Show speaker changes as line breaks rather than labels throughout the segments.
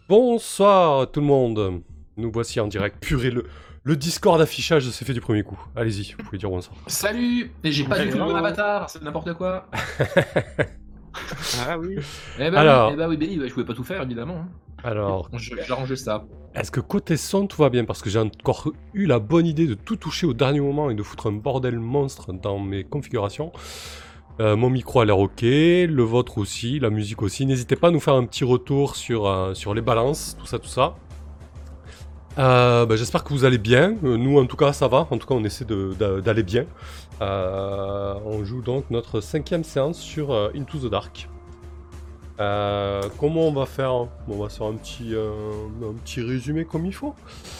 Bonsoir tout le monde. Nous voici en direct. Purée, le Discord affichage s'est fait du premier coup. Allez-y, vous pouvez dire bonsoir.
Salut. Et j'ai pas du tout le bon avatar, c'est n'importe quoi.
Ah oui.
Alors.
Je pouvais pas tout faire évidemment.
Alors,
j'ai arrangé ça.
est-ce que côté son tout va bien? Parce que j'ai encore eu la bonne idée de tout toucher au dernier moment et de foutre un bordel monstre dans mes configurations. Mon micro a l'air ok, le vôtre aussi, la musique aussi. N'hésitez pas à nous faire un petit retour sur les balances, tout ça. J'espère que vous allez bien. Nous, en tout cas, ça va. En tout cas, on essaie d'aller bien. On joue donc notre 5e séance sur Into the Dark. Comment on va faire? On va faire un petit résumé comme il faut.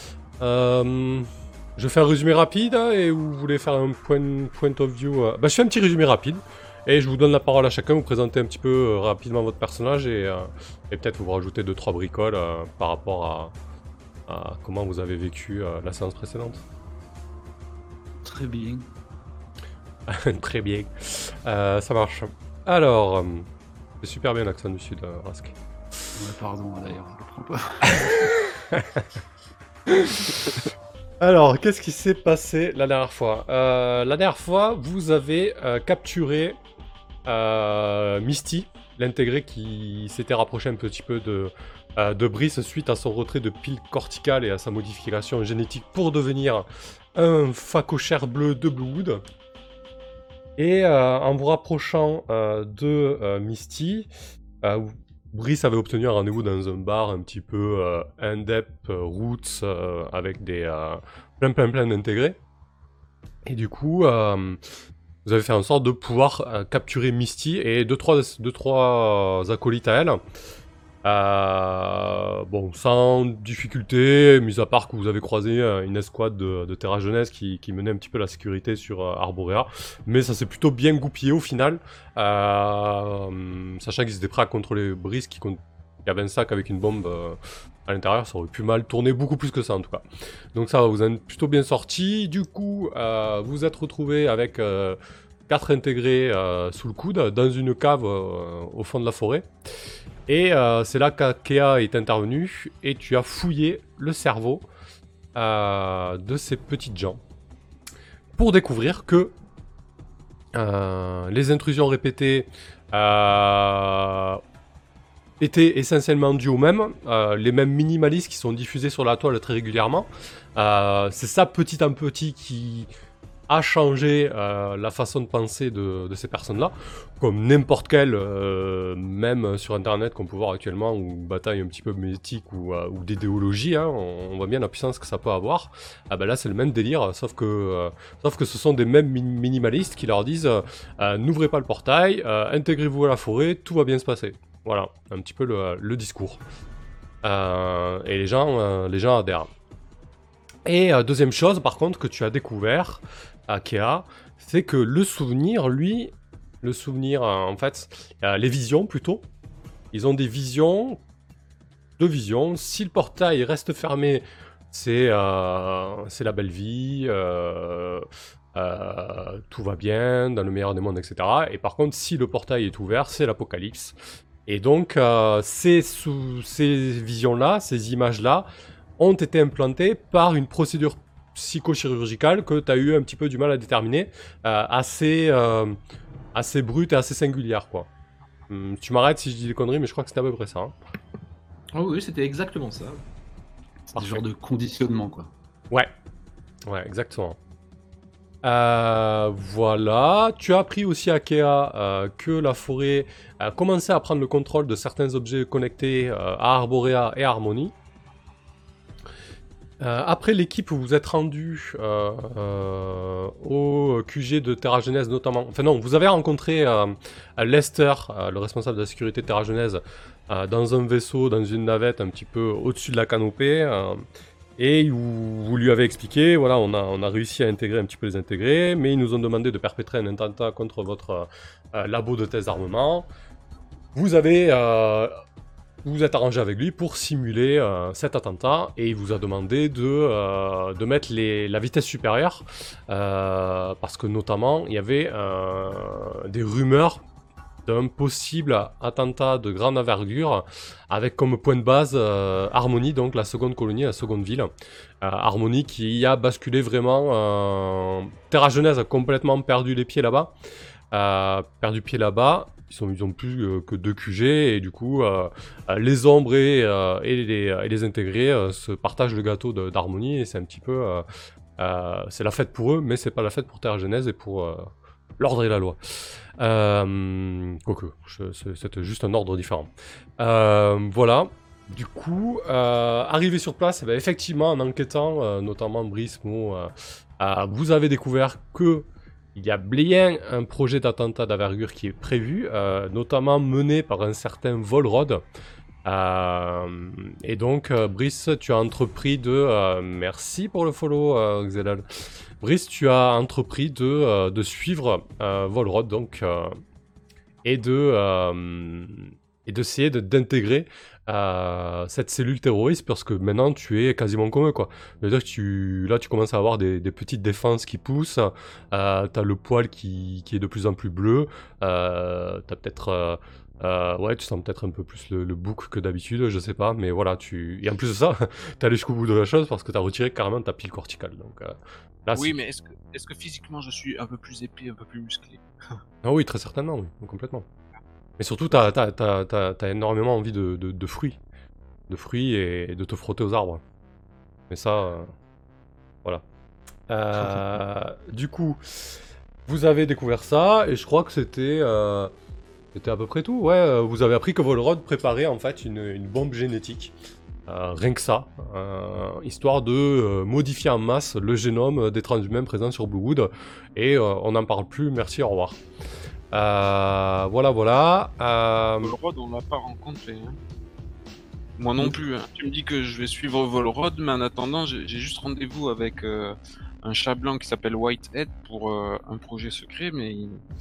Je fais un résumé rapide et vous voulez faire un point of view. Je fais un petit résumé rapide et je vous donne la parole à chacun. Vous présentez un petit peu rapidement votre personnage et peut-être vous rajoutez 2-3 bricoles par rapport à comment vous avez vécu la séance précédente.
Très bien.
Très bien. Ça marche. Alors, c'est super bien l'accent du sud, Rask.
Ouais, pardon d'ailleurs, je le prends pas.
Alors, qu'est-ce qui s'est passé la dernière fois? La dernière fois, vous avez capturé Misty, l'intégré qui s'était rapproché un petit peu de Brice suite à son retrait de pile corticale et à sa modification génétique pour devenir un facochère bleu de Bluewood. Et en vous rapprochant de Misty, Brice avait obtenu un rendez-vous dans un bar un petit peu indep, roots, avec des plein d'intégrés. Et du coup, vous avez fait en sorte de pouvoir capturer Misty et 2-3 acolytes à elle. Sans difficulté, mis à part que vous avez croisé une escouade de Terra Jeunesse qui menait un petit peu la sécurité sur Arborea. Mais ça s'est plutôt bien goupillé au final. Sachant qu'ils étaient prêts à contrôler Brice qui avait un sac avec une bombe à l'intérieur, ça aurait pu mal tourner, beaucoup plus que ça en tout cas. Donc ça, vous en êtes plutôt bien sorti. Du coup, vous êtes retrouvés avec 4 intégrés sous le coude, dans une cave au fond de la forêt. Et c'est là qu'Akea est intervenu et tu as fouillé le cerveau de ces petites gens pour découvrir que les intrusions répétées étaient essentiellement dues aux mêmes, les mêmes minimalistes qui sont diffusés sur la toile très régulièrement. C'est ça petit à petit qui a changé la façon de penser de ces personnes-là, comme n'importe quelle, même sur Internet qu'on peut voir actuellement, ou bataille un petit peu médiatique ou d'idéologie, hein, on voit bien la puissance que ça peut avoir. Là c'est le même délire, sauf que ce sont des mêmes minimalistes qui leur disent n'ouvrez pas le portail, intégrez-vous à la forêt, tout va bien se passer. Voilà, un petit peu le discours. Et les gens adhèrent. Et deuxième chose, par contre, que tu as découvert, Akea, c'est que le souvenir, en fait, les visions plutôt, ils ont des visions, si le portail reste fermé, c'est la belle vie, tout va bien, dans le meilleur des mondes, etc. Et par contre, si le portail est ouvert, c'est l'apocalypse. Et donc, ces visions-là, ces images-là, ont été implantées par une procédure psychochirurgicale que tu as eu un petit peu du mal à déterminer, assez brute et assez singulière, quoi. Tu m'arrêtes si je dis des conneries, mais je crois que c'était à peu près ça. Hein.
Oh oui, c'était exactement ça. C'est du genre de conditionnement, quoi.
Ouais, exactement. Voilà, tu as appris aussi, Akea, que la forêt a commencé à prendre le contrôle de certains objets connectés à Arborea et Harmony. Après l'équipe, vous vous êtes rendu au QG de Terra Genèse notamment. Enfin non, vous avez rencontré Lester, le responsable de la sécurité de Terra Genèse, dans un vaisseau, dans une navette un petit peu au-dessus de la canopée. Et vous lui avez expliqué, voilà, on a réussi à intégrer un petit peu les intégrés, mais ils nous ont demandé de perpétrer un attentat contre votre labo de test d'armement. Vous vous êtes arrangé avec lui pour simuler cet attentat et il vous a demandé de mettre la vitesse supérieure parce que notamment il y avait des rumeurs d'un possible attentat de grande envergure, avec comme point de base Harmonie, donc la seconde colonie, la seconde ville. Harmonie qui a basculé vraiment. Terra Genèse a complètement perdu les pieds là-bas. Ils ont plus que 2 QG et du coup les ombres et les intégrés se partagent le gâteau d'Harmonie et c'est un petit peu c'est la fête pour eux mais c'est pas la fête pour Terra Genèse et pour l'ordre et la loi. Quoique, c'était juste un ordre différent. Voilà. Du coup, arrivé sur place, effectivement, en enquêtant, notamment Brice, Mo, vous avez découvert que il y a bien un projet d'attentat d'envergure qui est prévu, notamment mené par un certain Volrod. Et donc, Brice, tu as entrepris de... merci pour le follow, Xelal. Brice, tu as entrepris de suivre Volrod, donc, et d'essayer d'intégrer cette cellule terroriste parce que maintenant tu es quasiment comme eux, quoi. C'est-à-dire que là tu commences à avoir des petites défenses qui poussent, t'as le poil qui est de plus en plus bleu, t'as peut-être... ouais, tu sens peut-être un peu plus le bouc que d'habitude, je sais pas, mais voilà, et en plus de ça, t'es allé jusqu'au bout de la chose parce que t'as retiré carrément ta pile corticale, donc là,
oui, mais est-ce que physiquement je suis un peu plus épais, un peu plus musclé?
Ah oui, très certainement, oui, complètement. Mais surtout, t'as énormément envie de fruits. De fruits et de te frotter aux arbres. Mais ça, voilà. Du coup, vous avez découvert ça, et je crois que c'était à peu près tout. Ouais, vous avez appris que Volrod préparait en fait une bombe génétique. Rien que ça. Histoire de modifier en masse le génome des transhumains présents sur Bluewood. Et on n'en parle plus, merci, au revoir. Voilà.
Volrod, on l'a pas rencontré. Hein. Moi non plus. Hein. Tu me dis que je vais suivre Volrod, mais en attendant, j'ai juste rendez-vous avec un chat blanc qui s'appelle Whitehead pour un projet secret, mais...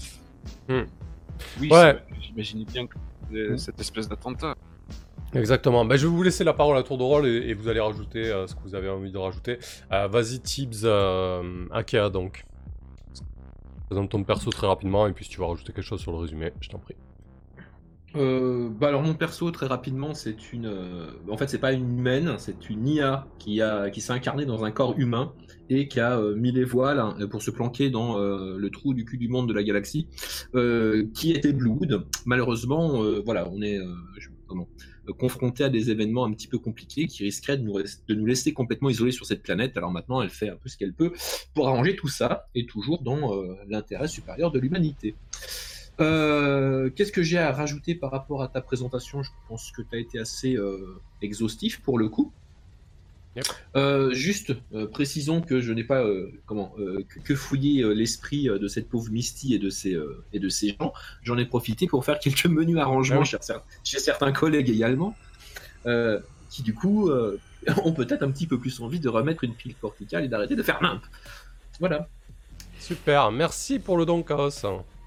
Oui,
ouais.
J'imaginais bien que cette espèce d'attentat.
Exactement. Je vais vous laisser la parole à tour de rôle et vous allez rajouter ce que vous avez envie de rajouter. Vas-y, Tibbs, Akea donc. Présente ton perso très rapidement et puis si tu vas rajouter quelque chose sur le résumé, je t'en prie.
Alors mon perso très rapidement c'est une en fait c'est pas une humaine, c'est une IA qui s'est incarnée dans un corps humain et qui a mis les voiles pour se planquer dans le trou du cul du monde de la galaxie qui était Bluewood. Malheureusement voilà, on est confronté à des événements un petit peu compliqués qui risqueraient de nous laisser complètement isolés sur cette planète. Alors maintenant elle fait un peu ce qu'elle peut pour arranger tout ça et toujours dans l'intérêt supérieur de l'humanité. Qu'est-ce que j'ai à rajouter par rapport à ta présentation? Je pense que tu as été assez exhaustif pour le coup. Yep. Juste précisons que je n'ai pas que fouillé l'esprit de cette pauvre Misty et de ces gens. J'en ai profité pour faire quelques menus arrangements chez certains collègues également, qui du coup ont peut-être un petit peu plus envie de remettre une pile corticale et d'arrêter de faire nimp. Voilà.
Super, merci pour le don, Chaos.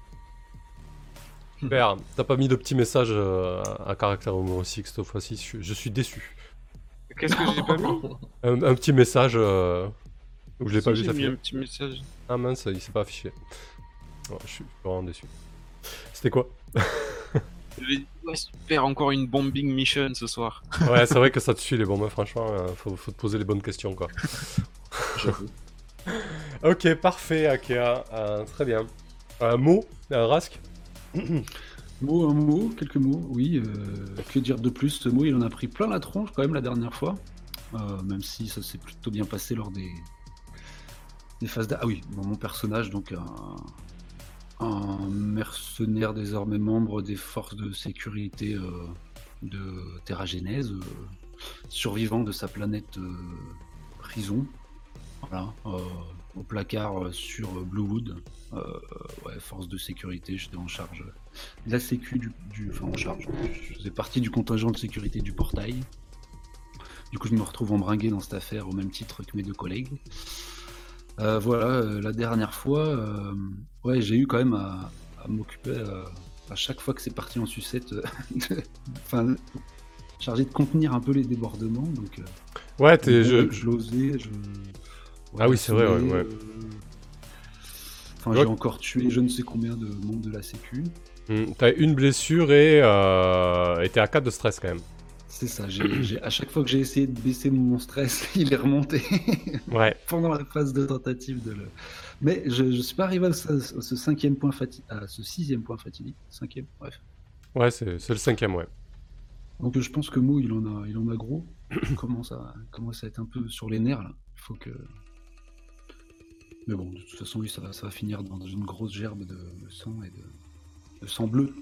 Super, t'as pas mis de petits messages à caractère humoristique cette fois-ci, je suis déçu.
Qu'est-ce que j'ai pas mis
un petit message où je l'ai pas vu
s'afficher.
J'ai mis
un petit message.
Ah mince, il s'est pas affiché. Oh, je suis vraiment déçu. C'était quoi?
Ouais, super, encore une bombing mission ce soir.
Ouais, c'est vrai que ça te suit les bombes, franchement, faut te poser les bonnes questions quoi.
J'avoue.
Ok, parfait, Akea, très bien. Mo, Rask.
Quelques mots, oui. Que dire de plus? Ce mot, il en a pris plein la tronche quand même la dernière fois. Même si ça s'est plutôt bien passé lors des phases Ah oui, mon personnage, donc un mercenaire désormais membre des forces de sécurité de Terra Genèse, survivant de sa planète prison. Voilà. Au placard sur Bluewood. Force de sécurité, j'étais en charge de la sécu je faisais partie du contingent de sécurité du portail. Du coup je me retrouve embringué dans cette affaire au même titre que mes 2 collègues. La dernière fois j'ai eu quand même à m'occuper à chaque fois que c'est parti en sucette chargé de contenir un peu les débordements, donc
je
l'osais,
ah oui c'est vrai, ouais.
Enfin,
Ouais.
j'ai encore tué je ne sais combien de membres de la sécu.
T'as une blessure et t'es à 4 de stress quand même.
C'est ça, à chaque fois que j'ai essayé de baisser mon stress, il est remonté
Ouais.
pendant la phase de tentative de le... Mais je suis pas arrivé à ce cinquième point à ce sixième point fatidique. Cinquième, bref.
Ouais, c'est le 5e, ouais.
Donc je pense que Mo, il en a gros. Il commence à être un peu sur les nerfs, là. Il faut que... Mais bon, de toute façon, lui, ça va finir dans une grosse gerbe de sang et de sang bleu.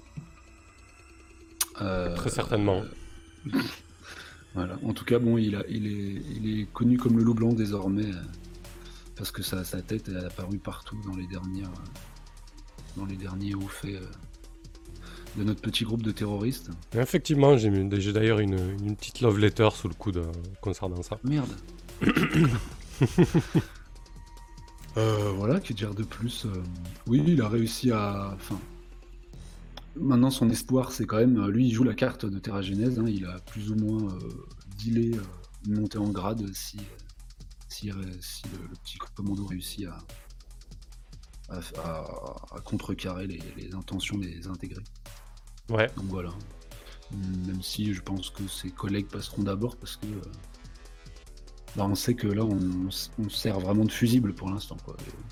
Très certainement.
Voilà. En tout cas, bon, il est connu comme le loup blanc désormais, parce que sa tête est apparue partout dans les derniers hauts faits de notre petit groupe de terroristes.
Effectivement, j'ai d'ailleurs une petite love letter sous le coude concernant ça.
Merde. Voilà, que dire de plus Oui, il a réussi à... Enfin, maintenant, son espoir, c'est quand même... Lui, il joue la carte de Terra Genèse. Hein, il a plus ou moins dealé une montée en grade si le petit commando réussit à contrecarrer les intentions des intégrés.
Ouais.
Donc voilà. Même si je pense que ses collègues passeront d'abord parce que... on sait que là, on sert vraiment de fusible pour l'instant, quoi.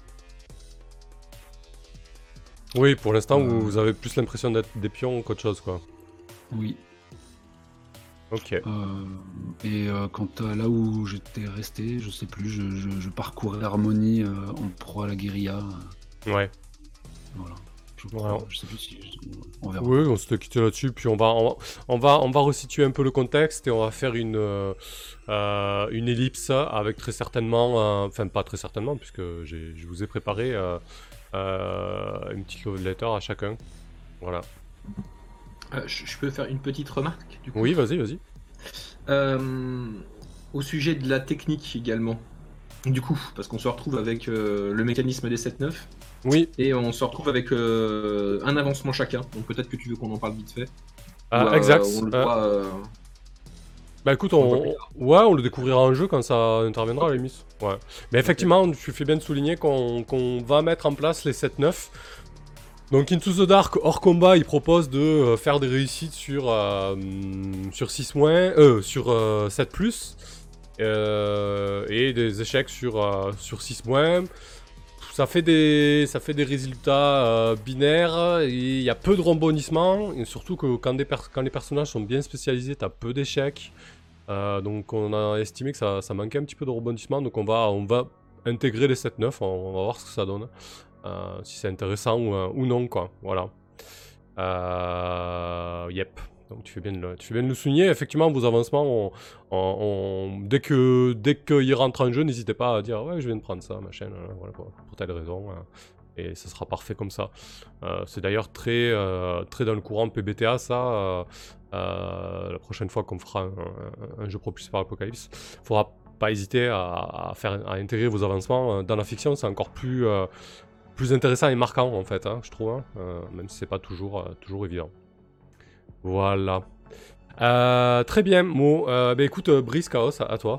Oui, pour l'instant, vous avez plus l'impression d'être des pions qu'autre chose, quoi.
Oui.
Ok.
Et quant à là où j'étais resté, je sais plus, je parcourais l'harmonie en proie à la guérilla.
Ouais.
Voilà.
Voilà.
Je sais plus si... On verra.
Oui, on s'était quitté là-dessus, puis on va resituer un peu le contexte et on va faire une ellipse avec très certainement, enfin pas très certainement, puisque je vous ai préparé une petite love letter à chacun. Voilà.
Je peux faire une petite remarque du coup.
Oui, vas-y.
Au sujet de la technique également. Du coup, parce qu'on se retrouve avec le mécanisme des 7-9.
Oui.
Et on se retrouve avec un avancement chacun. Donc peut-être que tu veux qu'on en parle vite fait.
Exact.
On le voit,
Bah écoute, on le découvrira en jeu quand ça interviendra à la limite. Ouais. Mais effectivement, tu fais bien de souligner qu'on va mettre en place les 7-9. Donc Into the Dark hors combat, il propose de faire des réussites sur 6 sur 7+, et des échecs sur 6-. Ça fait des résultats binaires, et il y a peu de rebondissements, et surtout que quand les personnages sont bien spécialisés, t'as peu d'échecs. Donc on a estimé que ça manquait un petit peu de rebondissements, donc on va intégrer les 7-9, on va voir ce que ça donne. Si c'est intéressant ou non, quoi. Voilà. Yep. Donc tu fais bien de le souligner. Effectivement, vos avancements, dès qu'il rentre en jeu, n'hésitez pas à dire ouais, je viens de prendre ça, machin, voilà, pour telle raison. Et ça sera parfait comme ça. C'est d'ailleurs très dans le courant PBTA, ça. La prochaine fois qu'on fera un jeu propulsé par Apocalypse, faudra pas hésiter à intégrer vos avancements. Dans la fiction, c'est encore plus intéressant et marquant en fait, hein, je trouve, hein, même si c'est pas toujours évident. Voilà. Très bien, Mo. Écoute, Brice Chaos, à toi.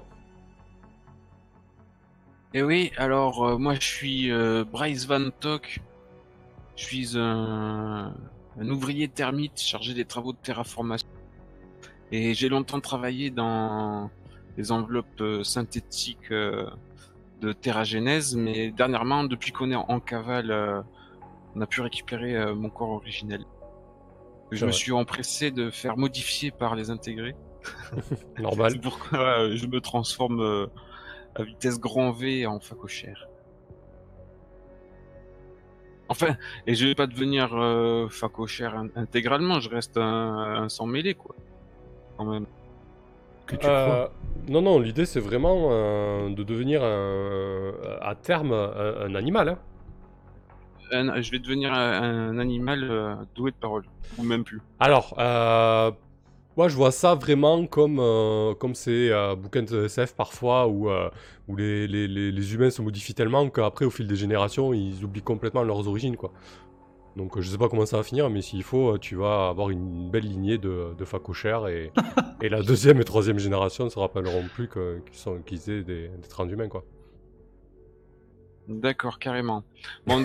Et oui, alors moi je suis Bryce Van Tok. Je suis un ouvrier termite chargé des travaux de terraformation. Et j'ai longtemps travaillé dans les enveloppes synthétiques de Terra Genèse, mais dernièrement, depuis qu'on est en cavale, on a pu récupérer mon corps originel. Je me suis empressé de faire modifier par les intégrés.
Normal.
C'est pourquoi je me transforme à vitesse grand V en facochère. Enfin, et je vais pas devenir facochère intégralement, je reste un sans mêlé, quoi. Quand même.
Que tu crois.
Non, l'idée c'est vraiment de devenir à terme un animal. Hein.
Je vais devenir un animal doué de parole, ou même plus.
Alors, moi je vois ça vraiment comme ces bouquins de SF parfois où les humains se modifient tellement qu'après au fil des générations ils oublient complètement leurs origines, quoi. Donc je sais pas comment ça va finir, mais s'il faut, tu vas avoir une belle lignée de facochères et la deuxième et troisième génération ne se rappelleront plus qu'ils aient des transhumains, quoi.
D'accord, carrément. Bon,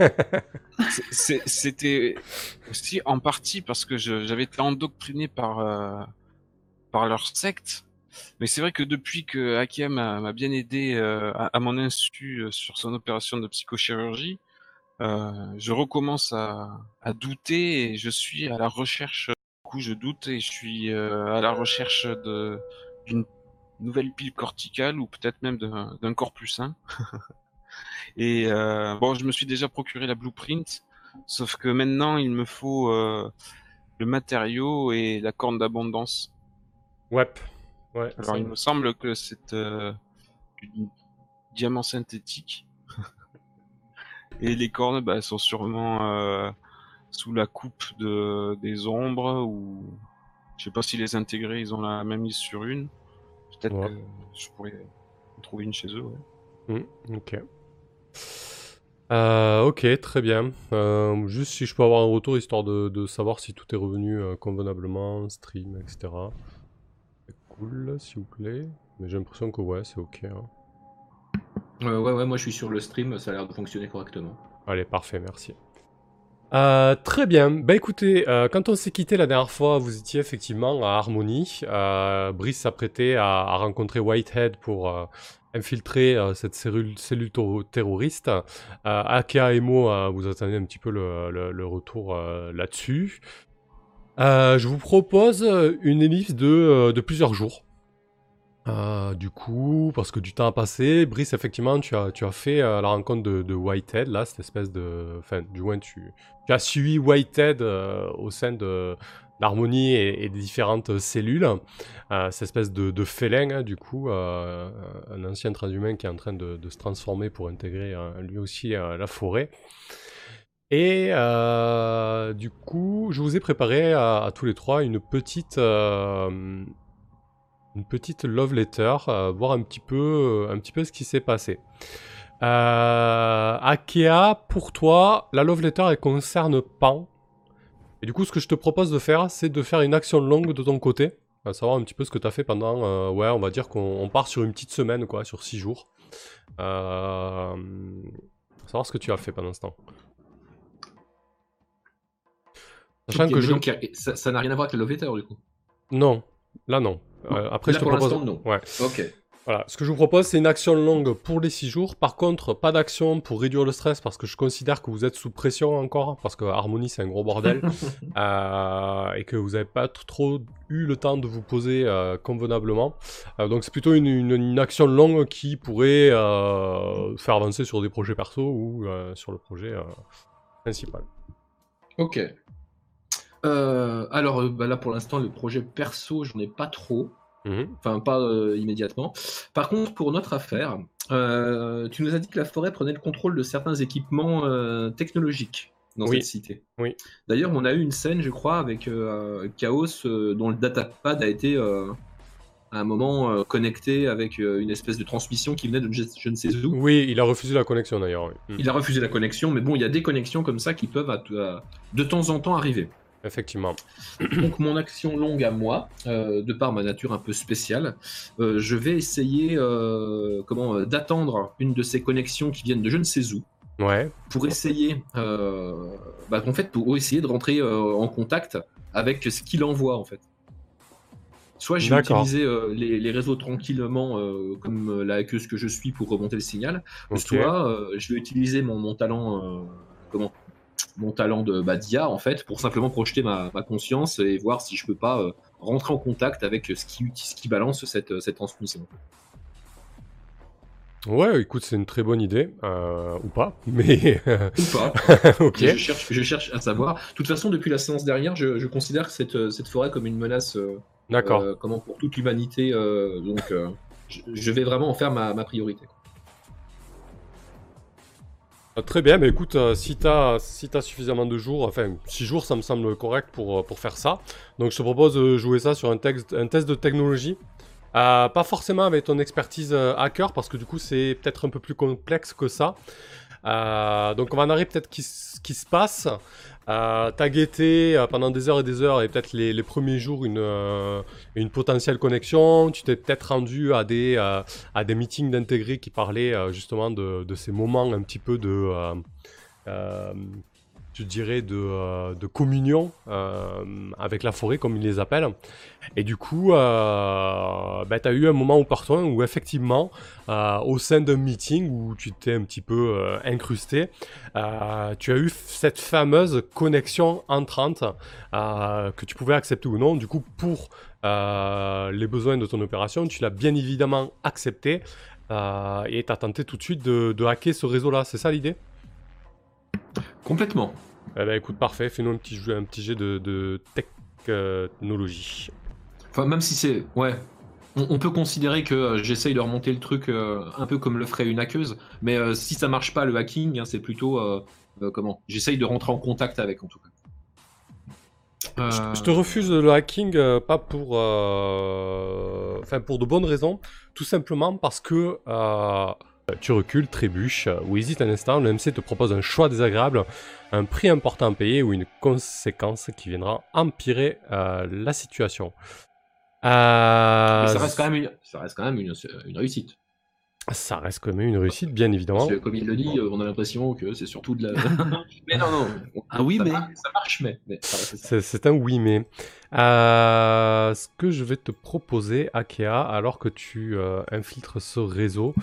c'était aussi en partie parce que j'avais été endoctriné par leur secte. Mais c'est vrai que depuis que Akia m'a bien aidé à mon insu sur son opération de psychochirurgie, je recommence à douter et je suis à la recherche. Du coup, je doute et je suis à la recherche d'une nouvelle pile corticale ou peut-être même d'un corps plus sain. Et bon, je me suis déjà procuré la blueprint, sauf que maintenant il me faut le matériau et la corne d'abondance.
Ouais.
Alors il me semble que c'est du diamant synthétique. Et les cornes sont sûrement sous la coupe des ombres, ou je sais pas si les intégrés ils ont la même mise sur une. Peut-être que je pourrais en trouver une chez eux. Ouais.
Ok. Ok, très bien. Juste si je peux avoir un retour histoire de savoir si tout est revenu convenablement, stream, etc. C'est cool, s'il vous plaît. Mais j'ai l'impression que ouais, c'est ok. Hein.
Ouais, moi je suis sur le stream, ça a l'air de fonctionner correctement.
Allez, parfait, merci. Très bien. Bah écoutez, quand on s'est quitté la dernière fois, vous étiez effectivement à Harmony. Brice s'apprêtait à rencontrer Whitehead pour infiltrer cette cellule terroriste. Akia et Mo, vous attendez un petit peu le retour là-dessus. Je vous propose une ellipse de plusieurs jours. Du coup, parce que du temps a passé, Brice, effectivement, tu as fait la rencontre de Whitehead, là, cette espèce de... Enfin, du moins, tu as suivi Whitehead au sein de l'harmonie et des différentes cellules. Cette espèce de félin, hein, du coup, un ancien transhumain qui est en train de se transformer pour intégrer lui aussi la forêt. Et du coup, je vous ai préparé à tous les trois une petite love letter, voir un petit peu ce qui s'est passé. Akea, pour toi, la love letter, elle concerne Pan. Et du coup, ce que je te propose de faire, c'est de faire une action longue de ton côté. À savoir un petit peu ce que tu as fait pendant, ouais, on va dire qu'on part sur une petite semaine, quoi, sur 6 jours. Savoir ce que tu as fait pendant ce temps.
Sachant que donc, ça n'a rien à voir avec la love letter, du coup.
Non, là non. Après,
là,
je te
pour
propose...
l'instant, non.
Ouais.
Ok.
Voilà, ce que je vous propose, c'est une action longue pour les 6 jours. Par contre, pas d'action pour réduire le stress, parce que je considère que vous êtes sous pression encore, parce que Harmony, c'est un gros bordel, et que vous n'avez pas trop eu le temps de vous poser convenablement. Donc c'est plutôt une action longue qui pourrait faire avancer sur des projets perso ou sur le projet principal.
Ok. Alors là, pour l'instant, le projet perso, j'en ai pas trop. Enfin, pas immédiatement. Par contre, pour notre affaire, tu nous as dit que la forêt prenait le contrôle de certains équipements technologiques dans cette cité.
Oui.
D'ailleurs, on a eu une scène, je crois, avec Chaos, dont le datapad a été à un moment connecté avec une espèce de transmission qui venait de je ne sais où.
Oui, il a refusé la connexion d'ailleurs. Oui.
Il a refusé la connexion, mais bon, il y a des connexions comme ça qui peuvent de temps en temps arriver.
Effectivement.
Donc mon action longue à moi, de par ma nature un peu spéciale, je vais essayer d'attendre une de ces connexions qui viennent de je ne sais où, pour essayer, pour essayer de rentrer en contact avec ce qu'il envoie en fait. Soit je vais utiliser les réseaux tranquillement comme la hackeuse que je suis pour remonter le signal, soit je vais utiliser mon talent mon talent d'IA en fait pour simplement projeter ma conscience et voir si je peux pas rentrer en contact avec ce qui balance cette transmission.
Ouais, écoute, c'est une très bonne idée, ou pas, mais...
Ou pas.
Ok.
Je cherche à savoir. De toute façon, depuis la séance dernière, je considère que cette forêt comme une menace pour toute l'humanité, donc je vais vraiment en faire ma priorité.
Très bien, mais écoute, si t'as suffisamment de jours, enfin 6 jours ça me semble correct pour faire ça. Donc je te propose de jouer ça sur un test de technologie. Pas forcément avec ton expertise hacker, parce que du coup c'est peut-être un peu plus complexe que ça. Donc on va en arriver peut-être qui se passe. T'as guetté pendant des heures et des heures et peut-être les premiers jours une potentielle connexion. Tu t'es peut-être rendu à des meetings d'intégrés qui parlaient justement de ces moments un petit peu je dirais, de communion avec la forêt, comme ils les appellent. Et du coup, tu as eu un moment opportun où effectivement, au sein d'un meeting où tu t'es un petit peu incrusté, tu as eu cette fameuse connexion entrante que tu pouvais accepter ou non. Du coup, pour les besoins de ton opération, tu l'as bien évidemment accepté et tu as tenté tout de suite de hacker ce réseau-là. C'est ça l'idée ?
Complètement.
Eh ben, écoute, parfait. Fais-nous un petit jet de technologie.
Enfin, même si c'est... Ouais. On peut considérer que j'essaye de remonter le truc un peu comme le ferait une hackeuse, mais si ça marche pas, le hacking, hein, c'est plutôt... comment ? J'essaye de rentrer en contact avec, en tout cas.
Je te refuse le hacking, pas pour... Enfin, pour de bonnes raisons. Tout simplement parce que... tu recules, trébuches, ou hésites un instant, le MC te propose un choix désagréable, un prix important à payer ou une conséquence qui viendra empirer la situation.
Mais ça reste quand même une réussite.
Ça reste quand même une réussite, bien évidemment.
Parce que, comme il le dit, on a l'impression que c'est surtout de la... mais non.
Oui, mais...
Ça marche, mais ça reste ça.
C'est un oui, mais... ce que je vais te proposer, Akea, alors que tu infiltres ce réseau...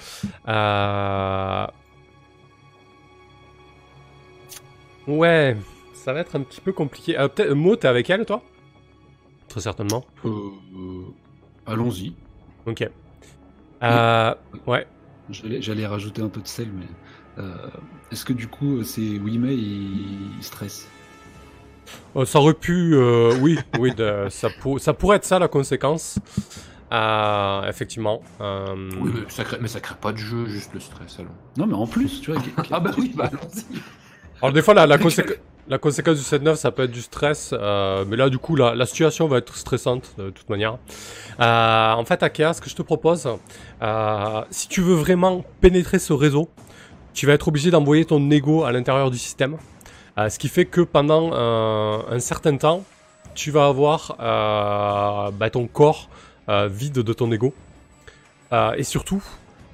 Ouais, ça va être un petit peu compliqué. Peut-être, Mo, t'es avec elle, toi ? Très certainement.
Allons-y.
Ok. Ouais.
J'allais rajouter un peu de sel, mais... Est-ce que du coup, c'est Wimei, il stresse?
Ça aurait pu... oui, ça pourrait être ça, la conséquence. Effectivement.
Oui, mais ça crée pas de jeu, juste le stress, alors.
Non, mais en plus, tu vois...
Ah bah oui, bah allons-y.
Alors des fois, la conséquence du 7-9, ça peut être du stress, mais là, du coup, la situation va être stressante, de toute manière. En fait, Akea, ce que je te propose, si tu veux vraiment pénétrer ce réseau, tu vas être obligé d'envoyer ton ego à l'intérieur du système. Ce qui fait que pendant un certain temps, tu vas avoir ton corps vide de ton ego. Et surtout,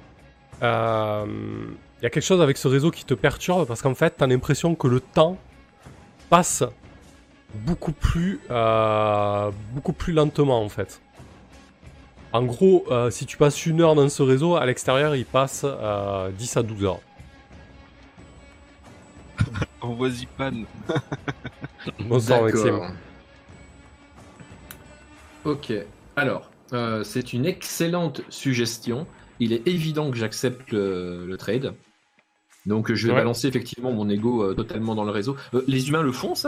il y a quelque chose avec ce réseau qui te perturbe parce qu'en fait, tu as l'impression que le temps passe beaucoup plus lentement en fait. En gros, si tu passes 1 heure dans ce réseau, à l'extérieur, il passe 10 à 12 heures.
Envoie-y pan.
Bonsoir Maxime.
Ok, alors, c'est une excellente suggestion. Il est évident que j'accepte le trade. Donc je vais balancer effectivement mon ego totalement dans le réseau. Les humains le font, ça ?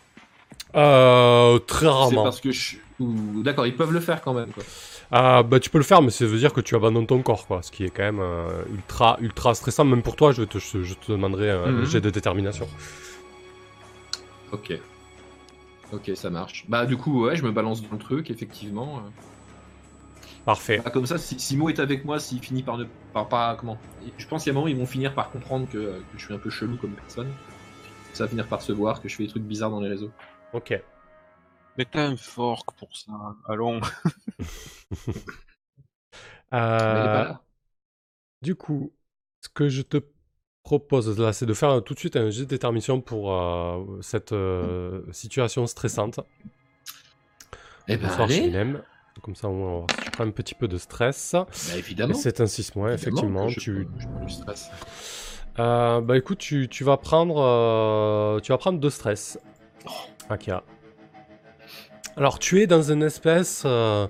Très rarement.
C'est parce que D'accord, ils peuvent le faire quand même, quoi.
Tu peux le faire, mais ça veut dire que tu abandonnes ton corps, quoi. Ce qui est quand même ultra stressant. Même pour toi, je te demanderai un jet de détermination.
Ok, ça marche. Bah du coup, ouais, je me balance dans le truc, effectivement.
Parfait.
Comme ça, si Mo est avec moi, s'il finit par comment ? Je pense qu'il y a un moment, ils vont finir par comprendre que je suis un peu chelou comme personne. Ça va finir par se voir que je fais des trucs bizarres dans les réseaux.
Ok.
Mais t'as un fork pour ça. Allons.
Mais il est pas là.
Du coup, ce que je te propose là, c'est de faire tout de suite un jet de détermination pour cette situation stressante.
Eh ben,
Bonsoir
allez.
Chilem. Comme ça, on va tu prends un petit peu de stress.
Bah, évidemment.
C'est un 6 mois, effectivement.
Je prends du stress.
Écoute, tu vas prendre 2 stress. Akea. Alors, tu es dans une espèce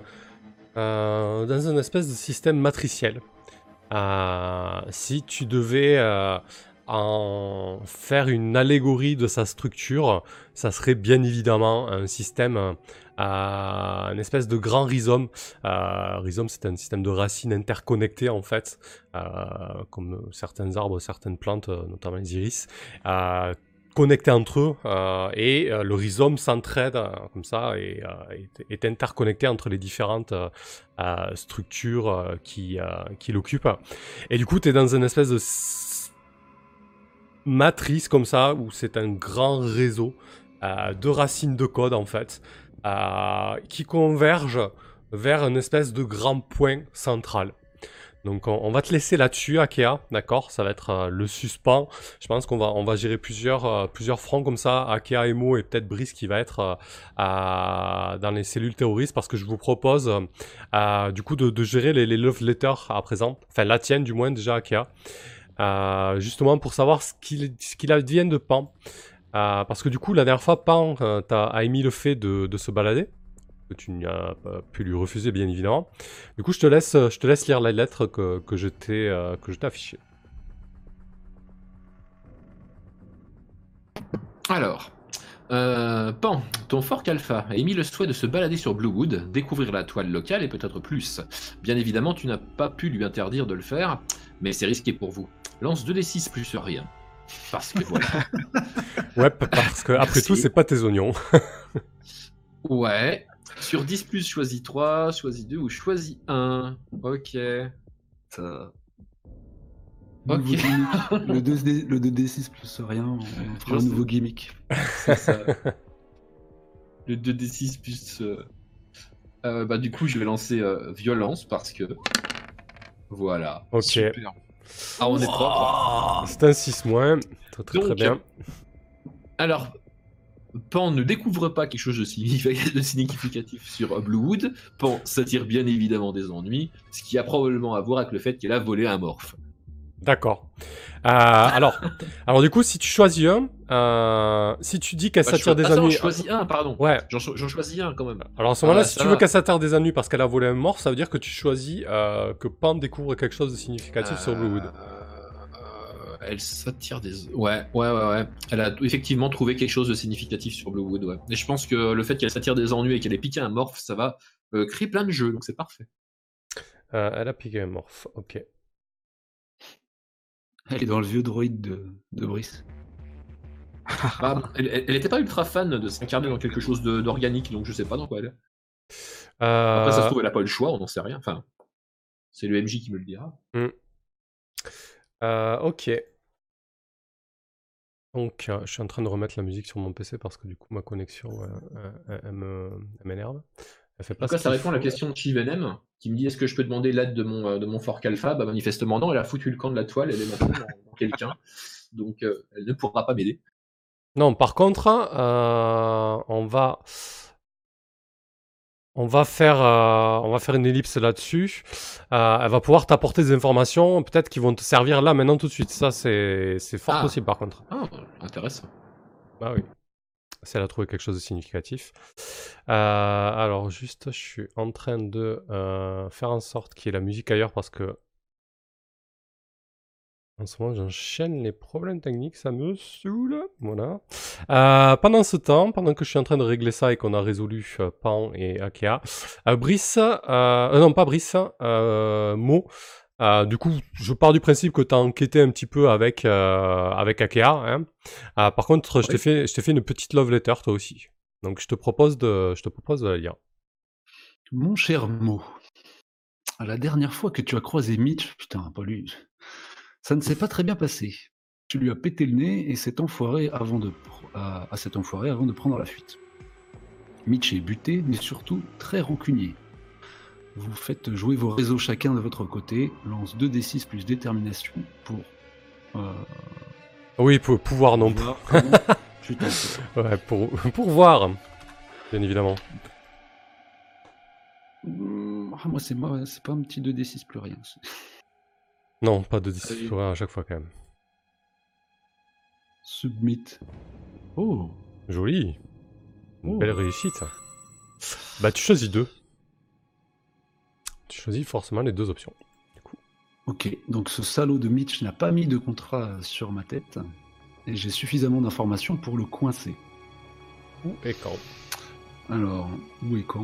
de système matriciel. Si tu devais en faire une allégorie de sa structure, ça serait bien évidemment un système, une espèce de grand rhizome. Rhizome, c'est un système de racines interconnectées en fait, comme certains arbres, certaines plantes, notamment les iris, connectés entre eux, et le rhizome s'entraide comme ça et est interconnecté entre les différentes structures qui l'occupent. Et du coup, tu es dans une espèce matrice comme ça, où c'est un grand réseau de racines de code en fait, qui convergent vers une espèce de grand point central. Donc on va te laisser là-dessus, Akea, d'accord? Ça va être le suspens. Je pense qu'on va gérer plusieurs fronts comme ça, Akea, Emo et peut-être Brice qui va être dans les cellules terroristes, parce que je vous propose du coup de gérer les love letters à présent. Enfin la tienne du moins déjà, Akea. Justement pour savoir ce qu'il advient de Pan. Parce que du coup la dernière fois, Pan a émis le fait de se balader. Que tu n'as pas pu lui refuser, bien évidemment. Du coup, je te laisse lire la lettre que je t'ai affichée.
Alors, Pan, ton fork alpha a émis le souhait de se balader sur Bluewood, découvrir la toile locale et peut-être plus. Bien évidemment, tu n'as pas pu lui interdire de le faire, mais c'est risqué pour vous. Lance 2d6 plus rien. Parce que voilà.
Ouais, parce que après tout, c'est pas tes oignons.
Ouais. Sur 10+, choisis 3, choisis 2 ou choisis 1. Ok.
Ça...
Ok.
Nouveau gimmick. Le 2D6 plus rien, on fera un nouveau gimmick.
C'est ça. Le 2d6 plus... bah du coup, je vais lancer violence parce que... Voilà.
Ok.
Super.
Ah, on est propre.
C'est un 6-. Très
Donc,
bien.
Alors... Pan ne découvre pas quelque chose de significatif sur Bluewood. Pan s'attire bien évidemment des ennuis, ce qui a probablement à voir avec le fait qu'elle a volé un morph.
D'accord. Alors du coup, si tu choisis un, si tu dis qu'elle s'attire des ennuis...
J'en choisis un, pardon.
Ouais.
J'en choisis un quand même.
Alors à ce moment-là, si
ça
tu
va.
veux qu'elle s'attire des ennuis parce qu'elle a volé un mort, ça veut dire que tu choisis que Pan découvre quelque chose de significatif sur Bluewood.
Elle s'attire des... Ouais. Elle a effectivement trouvé quelque chose de significatif sur Bluewood, ouais. Et je pense que le fait qu'elle s'attire des ennuis et qu'elle ait piqué un morph, ça va créer plein de jeux, donc c'est parfait.
Elle a piqué un morph, ok.
Elle est dans le vieux droïde de Brice.
Bah, elle était pas ultra fan de s'incarner dans quelque chose d'organique, donc je sais pas dans quoi elle est. Après, ça se trouve, elle a pas eu le choix, on n'en sait rien. Enfin, c'est le MJ qui me le dira.
Ok. Donc, je suis en train de remettre la musique sur mon PC parce que du coup, ma connexion, elle m'énerve. Elle fait pas
En tout cas,
ce
ça
qu'il
répond à la
faut.
question de Chivenem, qui me dit est-ce que je peux demander l'aide de mon fork alpha? Bah, manifestement, non, elle a foutu le camp de la toile, elle est maintenant dans quelqu'un. Donc, elle ne pourra pas m'aider.
Non, par contre, on va faire une ellipse là-dessus. Elle va pouvoir t'apporter des informations, peut-être qui vont te servir là, maintenant, tout de suite. Ça, c'est fort possible, par contre.
Ah, intéressant.
Bah oui. Si elle a trouvé quelque chose de significatif. Alors, juste, je suis en train de faire en sorte qu'il y ait la musique ailleurs parce que en ce moment, j'enchaîne les problèmes techniques, ça me saoule. Voilà. Pendant ce temps, pendant que je suis en train de régler ça et qu'on a résolu Pan et Akea, Brice, non pas Brice, Mo. Du coup, je pars du principe que tu as enquêté un petit peu avec Akea. Hein. Par contre, je t'ai fait une petite love letter, toi aussi. Donc, je te propose de la lire.
Mon cher Mo, la dernière fois que tu as croisé Mitch, putain, pas lui, ça ne s'est pas très bien passé. Tu lui as pété le nez et cet enfoiré à cet enfoiré avant de prendre la fuite. Mitch est buté, mais surtout très rancunier. Vous faites jouer vos réseaux chacun de votre côté, lance 2d6 plus détermination pour...
Oui, pour pouvoir non plus.
Putain,
ouais, pour voir, bien évidemment.
Moi, c'est pas un petit 2d6 plus rien.
Non, pas de 10 à chaque fois quand même.
Submit. Oh.
Joli. Une belle réussite. Bah tu choisis 2. Tu choisis forcément les 2 options. Du coup.
Ok, donc ce salaud de Mitch n'a pas mis de contrat sur ma tête. Et j'ai suffisamment d'informations pour le coincer.
Où et quand?
Alors, où et quand?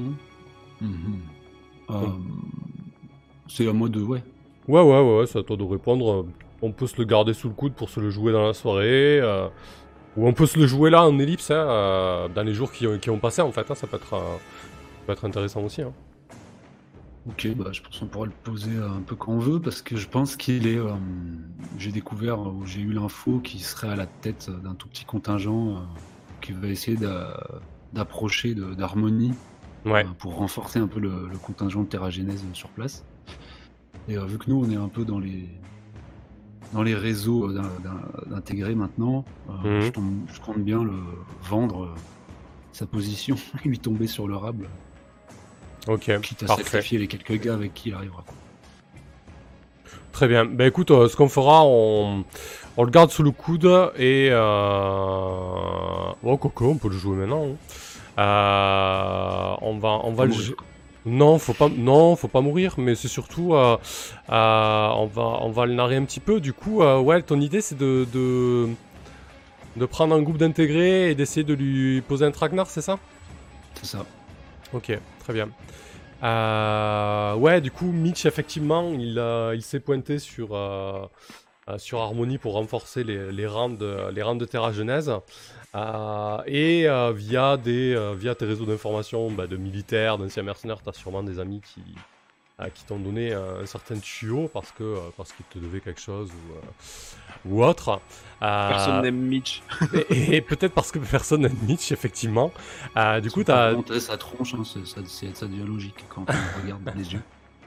C'est à moi de... Ouais,
c'est à toi de répondre. On peut se le garder sous le coude pour se le jouer dans la soirée. Ou on peut se le jouer là en ellipse, dans les jours qui ont passé en fait. Hein, ça peut être intéressant aussi. Hein.
Ok, bah, je pense qu'on pourra le poser un peu quand on veut, parce que je pense qu'il est. J'ai découvert, ou j'ai eu l'info qu'il serait à la tête d'un tout petit contingent qui va essayer d'approcher d'Harmonie
Ouais.
pour renforcer un peu le contingent de Terragénèse sur place. Et vu que nous, on est un peu dans les réseaux d'intégrer maintenant,
Mhm.
je compte bien le vendre sa position et lui tomber sur le rable,
Ok,
quitte à
parfait.
sacrifier les quelques gars avec qui il arrivera, quoi.
Très bien. Ben écoute, ce qu'on fera, on le garde sous le coude et... Oh, Coco, on peut le jouer maintenant. On va le
mourir,
jouer.
quoi.
Non, faut pas mourir, mais c'est surtout, on va le narrer un petit peu. Du coup, ouais, ton idée, c'est de prendre un groupe d'intégrés et d'essayer de lui poser un traquenard, c'est ça?
C'est ça.
Ok, très bien. Ouais, du coup, Mitch, effectivement, il s'est pointé sur Harmonie pour renforcer les rangs de Terra-Genèse. Via tes réseaux d'information de militaires, d'anciens mercenaires, tu as sûrement des amis qui t'ont donné un certain tuyau parce qu'ils te devaient quelque chose ou autre.
Personne n'aime Mitch.
Et peut-être parce que personne n'aime Mitch, effectivement. Du coup,
Faut
t'as...
pas monter sa tronche, hein, ça devient logique quand on le regarde dans les yeux.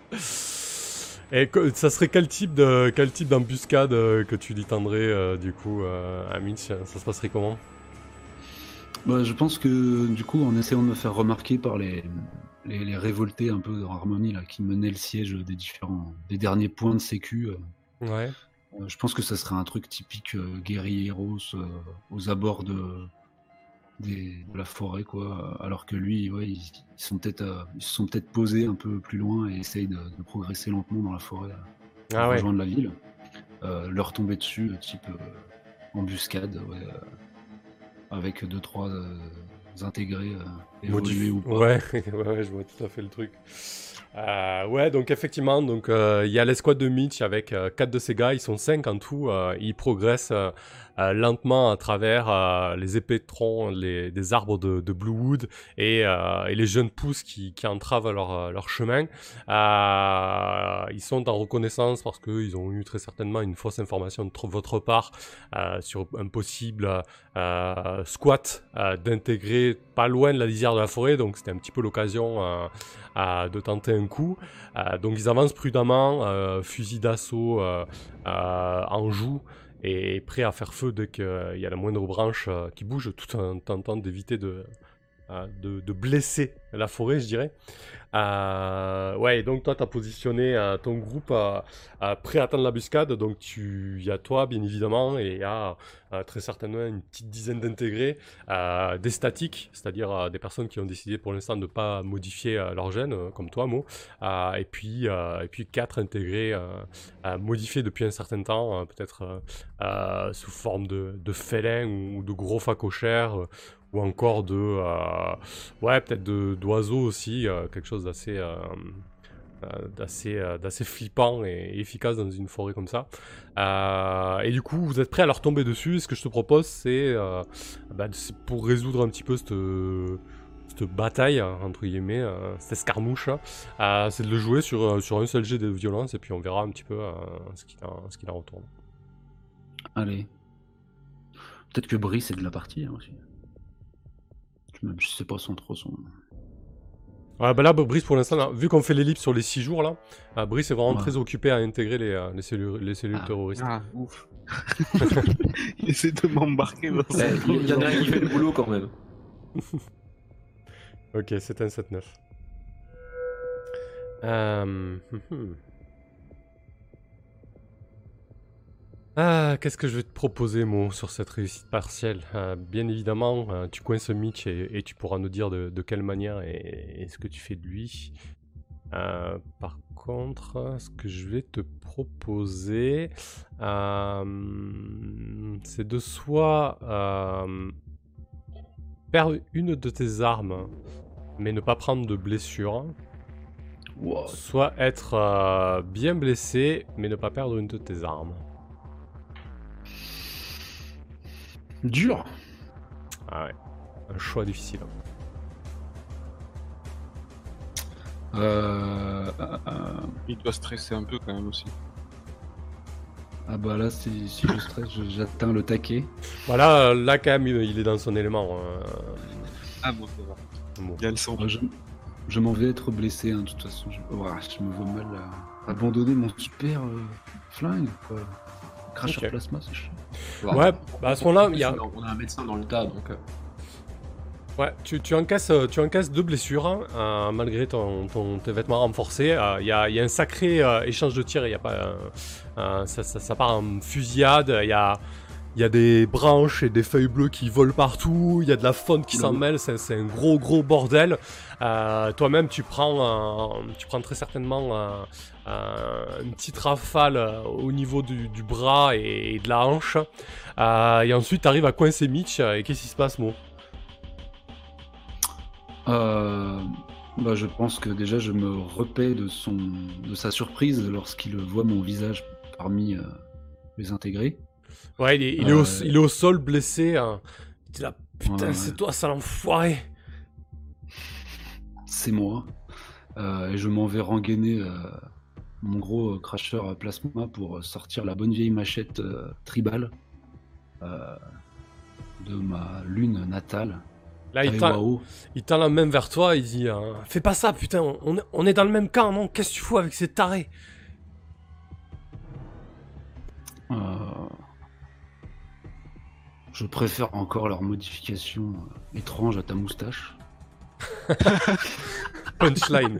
Et ça serait quel type d'embuscade que tu lui tendrais du coup à Mitch? Ça se passerait comment?
Bah, je pense que du coup, en essayant de me faire remarquer par les révoltés un peu dans Harmonie là, qui menaient le siège des derniers points de sécu,
Ouais.
je pense que ça serait un truc typique guerrieros aux abords de la forêt, quoi. Alors que lui, ouais, ils se sont peut-être posés un peu plus loin et essayent de progresser lentement dans la forêt pour
Ah ouais.
rejoindre la ville. Leur tomber dessus, type embuscade, ouais, avec 2-3 intégrés évolués ou pas.
Ouais, ouais, je vois tout à fait le truc. Ouais, donc effectivement, il y a l'escouade de Mitch avec 4 de ces gars, ils sont 5 en tout, ils progressent lentement à travers les épais de tronc des arbres de Bluewood et les jeunes pousses qui entravent leur chemin. Ils sont en reconnaissance parce qu'ils ont eu très certainement une fausse information de votre part sur un possible squat d'intégrer pas loin de la lisière de la forêt, donc c'était un petit peu l'occasion de tenter un coup. Donc ils avancent prudemment, fusil d'assaut en joue, et prêts à faire feu dès qu'il y a la moindre branche qui bouge, tout en tentant d'éviter de blesser la forêt, je dirais. Ouais, et donc toi, tu as positionné ton groupe prêt à attendre l'embuscade. Donc il y a toi, bien évidemment, et il y a très certainement une petite dizaine d'intégrés, des statiques, c'est-à-dire des personnes qui ont décidé pour l'instant de ne pas modifier leur gène, comme toi, Mo. Et puis 4 intégrés modifiés depuis un certain temps, peut-être sous forme de félins ou de gros facochères. Ou encore ouais, peut-être d'oiseaux aussi, quelque chose d'assez flippant et efficace dans une forêt comme ça. Et du coup, vous êtes prêts à leur tomber dessus. Ce que je te propose, c'est pour résoudre un petit peu cette bataille, entre guillemets, cette escarmouche, c'est de le jouer sur un seul jet de violence, et puis on verra un petit peu ce qu'il en retourne.
Allez. Peut-être que Brice est de la partie hein, aussi. Même je sais pas son.
Ouais, bah là, Brice, pour l'instant, là, vu qu'on fait l'ellipse sur les 6 jours, là, Brice est vraiment
Ouais.
très occupé à intégrer les cellules terroristes.
Ah, ouf. Il essaie de m'embarquer dans ça.
Il y en a un qui fait le boulot quand même.
Ok, c'est un 7-9. Qu'est-ce que je vais te proposer, Mo, sur cette réussite partielle? Bien évidemment, tu coinces Mitch et tu pourras nous dire de quelle manière et ce que tu fais de lui. Par contre, ce que je vais te proposer, c'est de soit perdre une de tes armes, mais ne pas prendre de blessure,
Wow.
soit être bien blessé, mais ne pas perdre une de tes armes.
Dur.
Ah ouais, un choix difficile.
Euh, euh, euh,
Il doit stresser un peu quand même aussi.
Ah bah là, si je stresse, j'atteins le taquet.
Voilà, là quand même, il est dans son élément.
Ah bon, ça va.
Bon.
Il y a le son.
Je m'en vais être blessé, hein, de toute façon. Je me vois mal abandonner mon super flingue, quoi. Cracheur
Ok.
plasma, c'est chiant.
Ouais, bah à ce moment-là, il y a...
On a un médecin dans le tas, donc.
Ouais, tu encaisses 2 blessures malgré tes vêtements renforcés. Il y a un sacré échange de tirs. Il y a pas, ça part en fusillade. Il y a des branches et des feuilles bleues qui volent partout. Il y a de la faune qui s'en mêle. C'est un gros bordel. Toi-même, tu prends très certainement une petite rafale au niveau du bras et de la hanche. Et ensuite, tu arrives à coincer Mitch. Et qu'est-ce qui se passe, Mo?
Bah, je pense que déjà je me repais de sa surprise lorsqu'il voit mon visage parmi les intégrés.
Ouais, il est au sol blessé. Il dit là, putain,
Ouais.
c'est toi, sale enfoiré.
C'est moi. Et je m'en vais rengainer mon gros cracheur plasma pour sortir la bonne vieille machette tribale de ma lune natale.
Là, il
Taewao.
tend la main vers toi. Il dit fais pas ça, putain, on est dans le même camp, non? Qu'est-ce que tu fous avec ces tarés?
Je préfère encore leur modification étrange à ta moustache.
Punchline.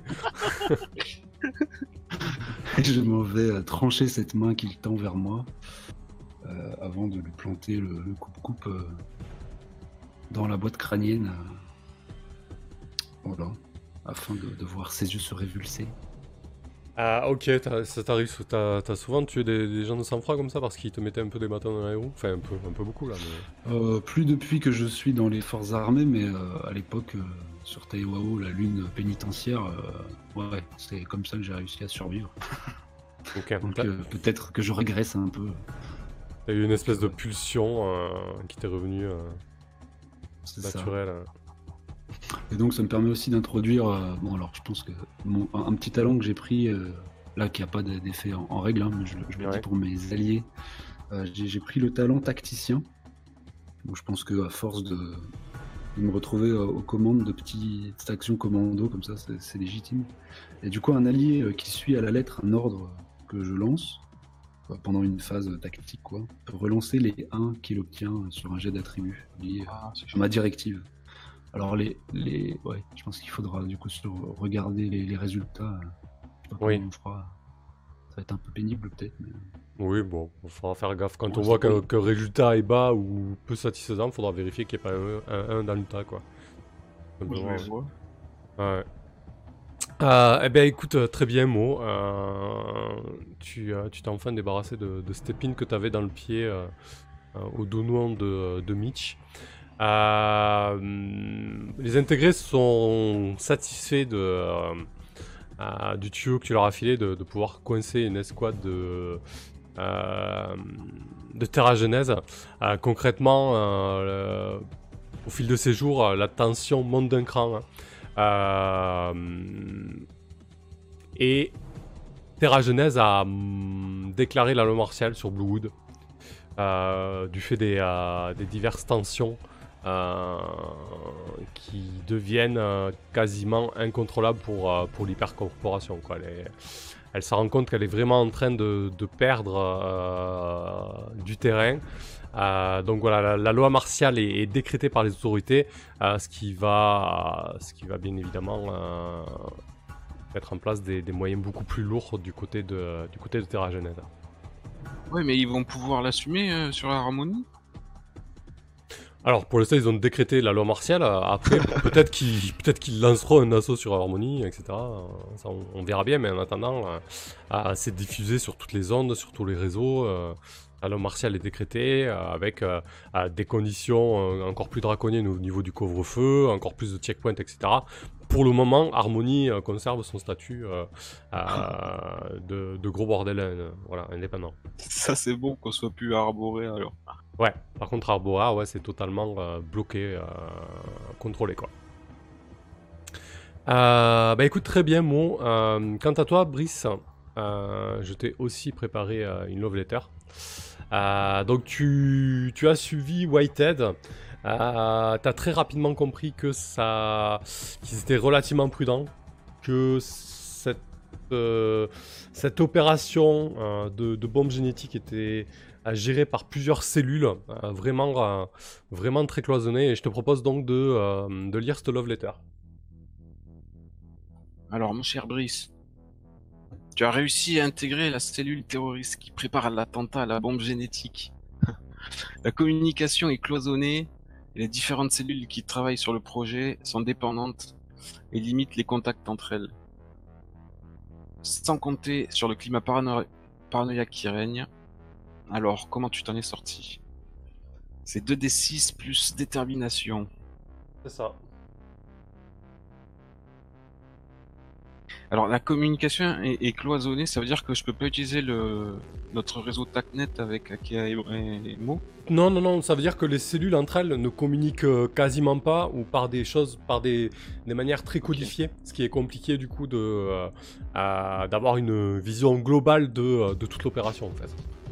Et je m'en vais trancher cette main qu'il tend vers moi avant de lui planter le coupe-coupe dans la boîte crânienne. Voilà, afin de voir ses yeux se révulser.
Ah, ok, ça t'arrive. T'as souvent tué des gens de sang-froid comme ça parce qu'ils te mettaient un peu des bâtons dans les roues? Enfin, un peu beaucoup là. Mais...
Plus depuis que je suis dans les forces armées, mais à l'époque, sur Taewao, la lune pénitentiaire, ouais, c'est comme ça que j'ai réussi à survivre.
Ok.
Donc peut-être que je régresse un peu.
T'as eu une espèce de pulsion qui t'est revenue
C'est ça.
naturelle.
Et donc ça me permet aussi d'introduire, bon alors je pense que un petit talent que j'ai pris, là qui n'a pas d'effet en règle, hein, mais je le dis pour mes alliés, j'ai pris le talent tacticien. Donc je pense que à force de me retrouver aux commandes de petites actions commando, comme ça c'est légitime. Et du coup un allié qui suit à la lettre un ordre que je lance, pendant une phase tactique, quoi, peut relancer les 1 qu'il obtient sur un jet d'attribut lié à ma directive. Alors ouais, je pense qu'il faudra du coup regarder les résultats. Je sais pas comment on fera. Ça va être un peu pénible peut-être. Mais...
Oui, bon, il faudra faire gaffe. Quand on voit que le résultat est bas ou peu satisfaisant, il faudra vérifier qu'il n'y ait pas un dans le tas, quoi.
Moi, je le vois.
Ouais. Eh bien, écoute, très bien, Mo. Tu t'es enfin débarrassé de cette épine que tu avais dans le pied au dos nouant de Mitch. Les intégrés sont satisfaits du tuyau que tu leur as filé de pouvoir coincer une escouade de Terra Genèse. Concrètement, au fil de ces jours, la tension monte d'un cran. Et Terra Genèse a déclaré la loi martiale sur Bluewood du fait des diverses tensions qui deviennent quasiment incontrôlables pour l'hypercorporation, quoi. Elle se rend compte qu'elle est vraiment en train de perdre du terrain. Donc voilà, la loi martiale est décrétée par les autorités, ce qui va bien évidemment mettre en place des moyens beaucoup plus lourds du côté de Terra Genèse.
Ouais, mais ils vont pouvoir l'assumer sur la Harmonie.
Alors pour l'instant ils ont décrété la loi martiale, après peut-être qu'ils lanceront un assaut sur Harmonie, etc. Ça, on verra bien, mais en attendant c'est diffusé sur toutes les ondes, sur tous les réseaux. La loi martiale est décrétée avec des conditions encore plus draconiennes au niveau du couvre-feu, encore plus de checkpoints, etc. Pour le moment, Harmonie conserve son statut de gros bordel voilà, indépendant.
Ça c'est bon qu'on soit plus arboré alors.
Ouais, par contre Arbora, ouais, c'est totalement bloqué, contrôlé, quoi. Bah écoute, très bien, Mo. Quant à toi, Brice, je t'ai aussi préparé une love letter. Donc tu as suivi Whitehead. T'as très rapidement compris qu'ils étaient relativement prudents, que cette opération de bombe génétique était gérée par plusieurs cellules, vraiment très cloisonnées. Et je te propose donc de lire cette love letter.
Alors, mon cher Brice, tu as réussi à intégrer la cellule terroriste qui prépare l'attentat à la bombe génétique. La communication est cloisonnée et les différentes cellules qui travaillent sur le projet sont dépendantes et limitent les contacts entre elles. Sans compter sur le climat paranoïaque qui règne. Alors, comment tu t'en es sorti? C'est 2d6 plus détermination.
C'est ça.
Alors, la communication est cloisonnée, ça veut dire que je peux pas utiliser notre réseau TACnet avec Akea et Mo?
Non, ça veut dire que les cellules entre elles ne communiquent quasiment pas ou par des manières très codifiées, ce qui est compliqué du coup d'avoir une vision globale de toute l'opération en fait.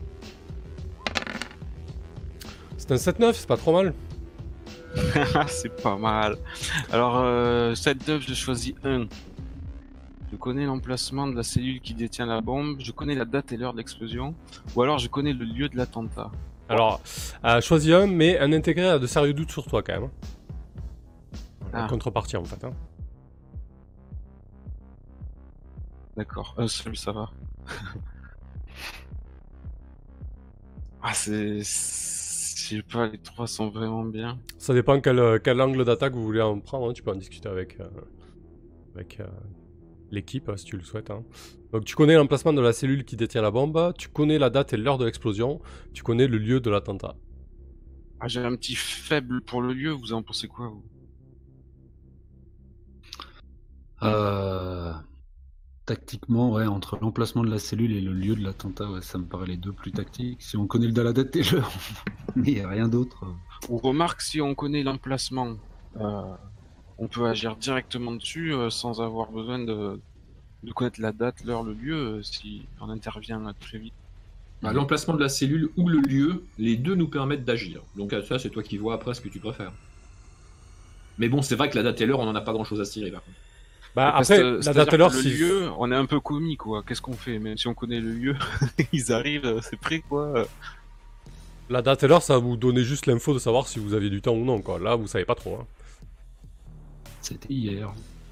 C'est un 7-9, c'est pas trop mal.
C'est pas mal. Alors, 7-9, je choisis 1. Je connais l'emplacement de la cellule qui détient la bombe, je connais la date et l'heure de l'explosion, ou alors je connais le lieu de l'attentat.
Alors, choisis un, mais un intégré a de sérieux doutes sur toi quand même.
Ah.
En contrepartie en fait.
D'accord, celui ça va. Je sais pas, les trois sont vraiment bien.
Ça dépend quel angle d'attaque vous voulez en prendre, hein. Tu peux en discuter avec l'équipe si tu le souhaites. Hein. Donc tu connais l'emplacement de la cellule qui détient la bombe, tu connais la date et l'heure de l'explosion, tu connais le lieu de l'attentat.
Ah, j'ai un petit faible pour le lieu, vous en pensez quoi vous?
Tactiquement, ouais, entre l'emplacement de la cellule et le lieu de l'attentat, ouais, ça me paraît les deux plus tactiques. Si on connaît la date et l'heure, mais il n'y a rien d'autre.
On remarque si on connaît l'emplacement, on peut agir directement dessus sans avoir besoin de connaître la date, l'heure, le lieu, si on intervient très vite.
L'emplacement de la cellule ou le lieu, les deux nous permettent d'agir. Donc ça, c'est toi qui vois après ce que tu préfères. Mais bon, c'est vrai que la date et l'heure, on n'en a pas grand-chose à cirer par contre.
Bah après, la date et l'heure,
le lieu, on est un peu commis quoi. Qu'est-ce qu'on fait? Même si on connaît le lieu, ils arrivent, c'est prêt quoi.
La date et l'heure, ça va vous donner juste l'info de savoir si vous aviez du temps ou non, quoi. Là, vous savez pas trop. Hein.
C'était hier.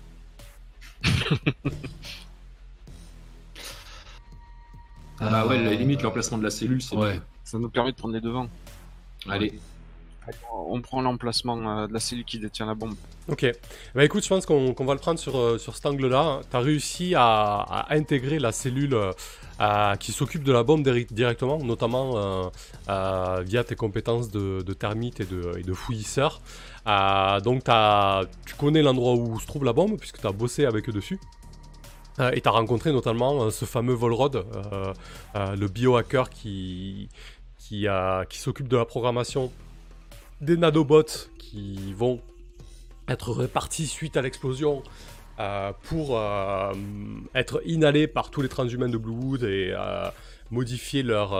Ah ouais, la limite, l'emplacement de la cellule, c'est...
Ouais.
Ça nous permet de prendre les devants.
Allez.
On prend l'emplacement de la cellule qui détient la bombe.
Ok. Bah écoute, je pense qu'on va le prendre sur cet angle-là. T'as réussi à intégrer la cellule qui s'occupe de la bombe directement, notamment via tes compétences de termite et de fouillisseur. Donc tu connais l'endroit où se trouve la bombe, puisque tu as bossé avec eux dessus. Et tu as rencontré notamment ce fameux Volrod, le biohacker qui s'occupe de la programmation des nanobots qui vont être répartis suite à l'explosion pour être inhalés par tous les transhumains de Bluewood et modifier leur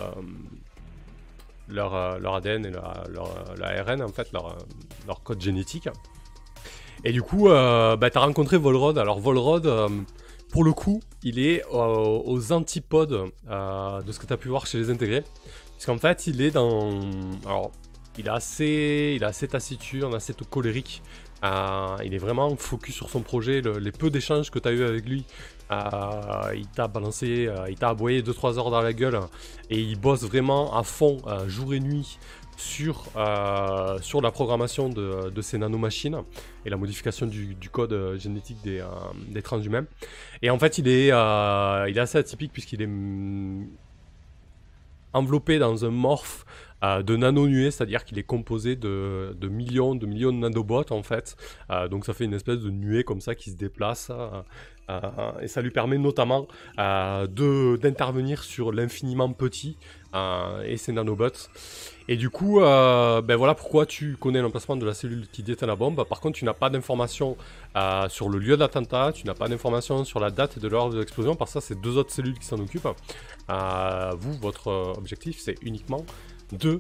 ADN et leur ARN, en fait, leur code génétique. Et du coup, t'as rencontré Volrod. Alors Volrod, pour le coup, il est aux antipodes de ce que tu as pu voir chez les intégrés. Parce qu'en fait, il est dans... Alors, il est assez taciturne, assez colérique. Il est vraiment focus sur son projet. Les peu d'échanges que tu as eu avec lui, il t'a balancé, il t'a aboyé 2-3 heures dans la gueule. Et il bosse vraiment à fond, jour et nuit, sur la programmation de ces nanomachines et la modification du code génétique des transhumains. Et en fait, il est assez atypique puisqu'il est enveloppé dans un morph de nano-nuées, c'est-à-dire qu'il est composé de millions de nanobots en fait. Donc ça fait une espèce de nuée comme ça qui se déplace. Et ça lui permet notamment d'intervenir sur l'infiniment petit et ses nanobots. Et du coup, voilà pourquoi tu connais l'emplacement de la cellule qui détient la bombe. Par contre, tu n'as pas d'informations sur le lieu d'attentat, tu n'as pas d'informations sur la date et de l'heure de l'explosion, parce que ça, c'est 2 autres cellules qui s'en occupent. Vous, votre objectif, c'est uniquement de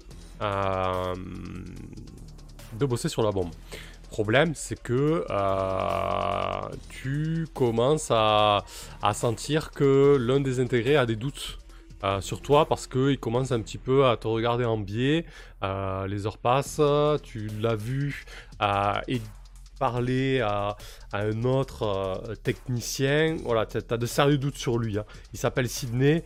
bosser sur la bombe. Problème, c'est que tu commences à sentir que l'un des intégrés a des doutes sur toi parce qu'il commence un petit peu à te regarder en biais. Les heures passent, tu l'as vu et parler à un autre technicien. Voilà, tu as de sérieux doutes sur lui. Il s'appelle Sydney.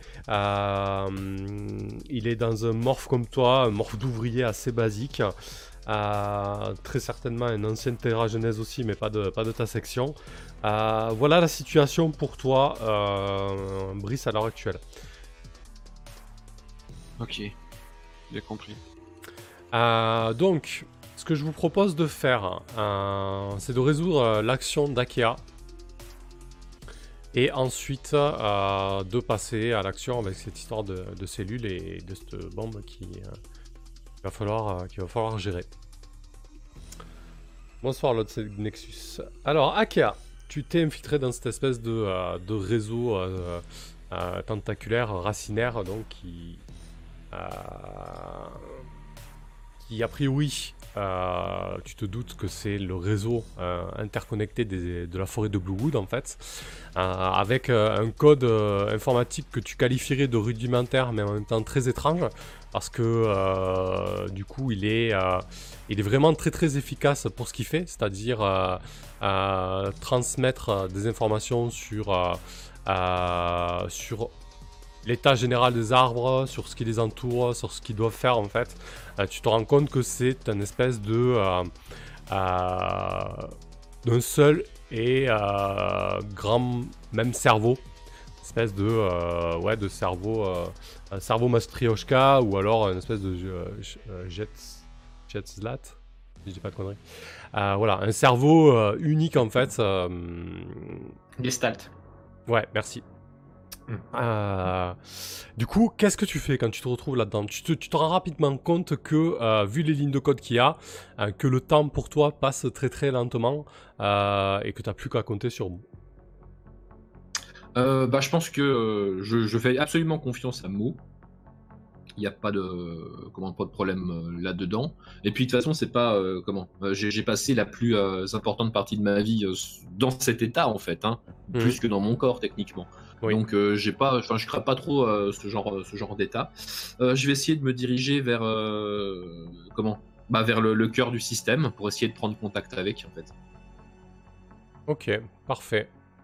Il est dans un morph comme toi, un morph d'ouvrier assez basique. Très certainement une ancienne terra genèse aussi, mais pas de ta section. Voilà la situation pour toi, Brice, à l'heure actuelle.
Ok, j'ai compris.
Donc, ce que je vous propose de faire, c'est de résoudre l'action d'Akea. Et ensuite, de passer à l'action avec cette histoire de cellules et de cette bombe qu'il va falloir gérer. Bonsoir, Lord Nexus. Alors, Akea, tu t'es infiltré dans cette espèce de réseau tentaculaire, racinaire, donc qui a priori, tu te doutes que c'est le réseau interconnecté de la forêt de Bluewood en fait, avec un code informatique que tu qualifierais de rudimentaire mais en même temps très étrange, parce que du coup il est vraiment très très efficace pour ce qu'il fait, c'est-à-dire transmettre des informations sur l'état général des arbres, sur ce qui les entoure, sur ce qu'ils doivent faire en fait. Tu te rends compte que c'est une espèce d'un seul et grand même cerveau, une espèce de cerveau, un cerveau matrioshka ou alors une espèce de jetslat, si je dis pas de conneries. Voilà, un cerveau unique en fait.
Gestalt.
Ouais, merci. Du coup, qu'est-ce que tu fais quand tu te retrouves là-dedans? Tu te rends rapidement compte que, vu les lignes de code qu'il y a, que le temps pour toi passe très très lentement et que tu n'as plus qu'à compter sur Mo.
Je pense que je fais absolument confiance à Mo. Il n'y a pas de problème là-dedans. Et puis de toute façon, c'est pas j'ai passé la plus importante partie de ma vie dans cet état en fait, plus que dans mon corps techniquement. Oui. Donc je crains pas trop ce genre d'état. Je vais essayer de me diriger vers vers le cœur du système pour essayer de prendre contact avec en fait.
Ok, parfait.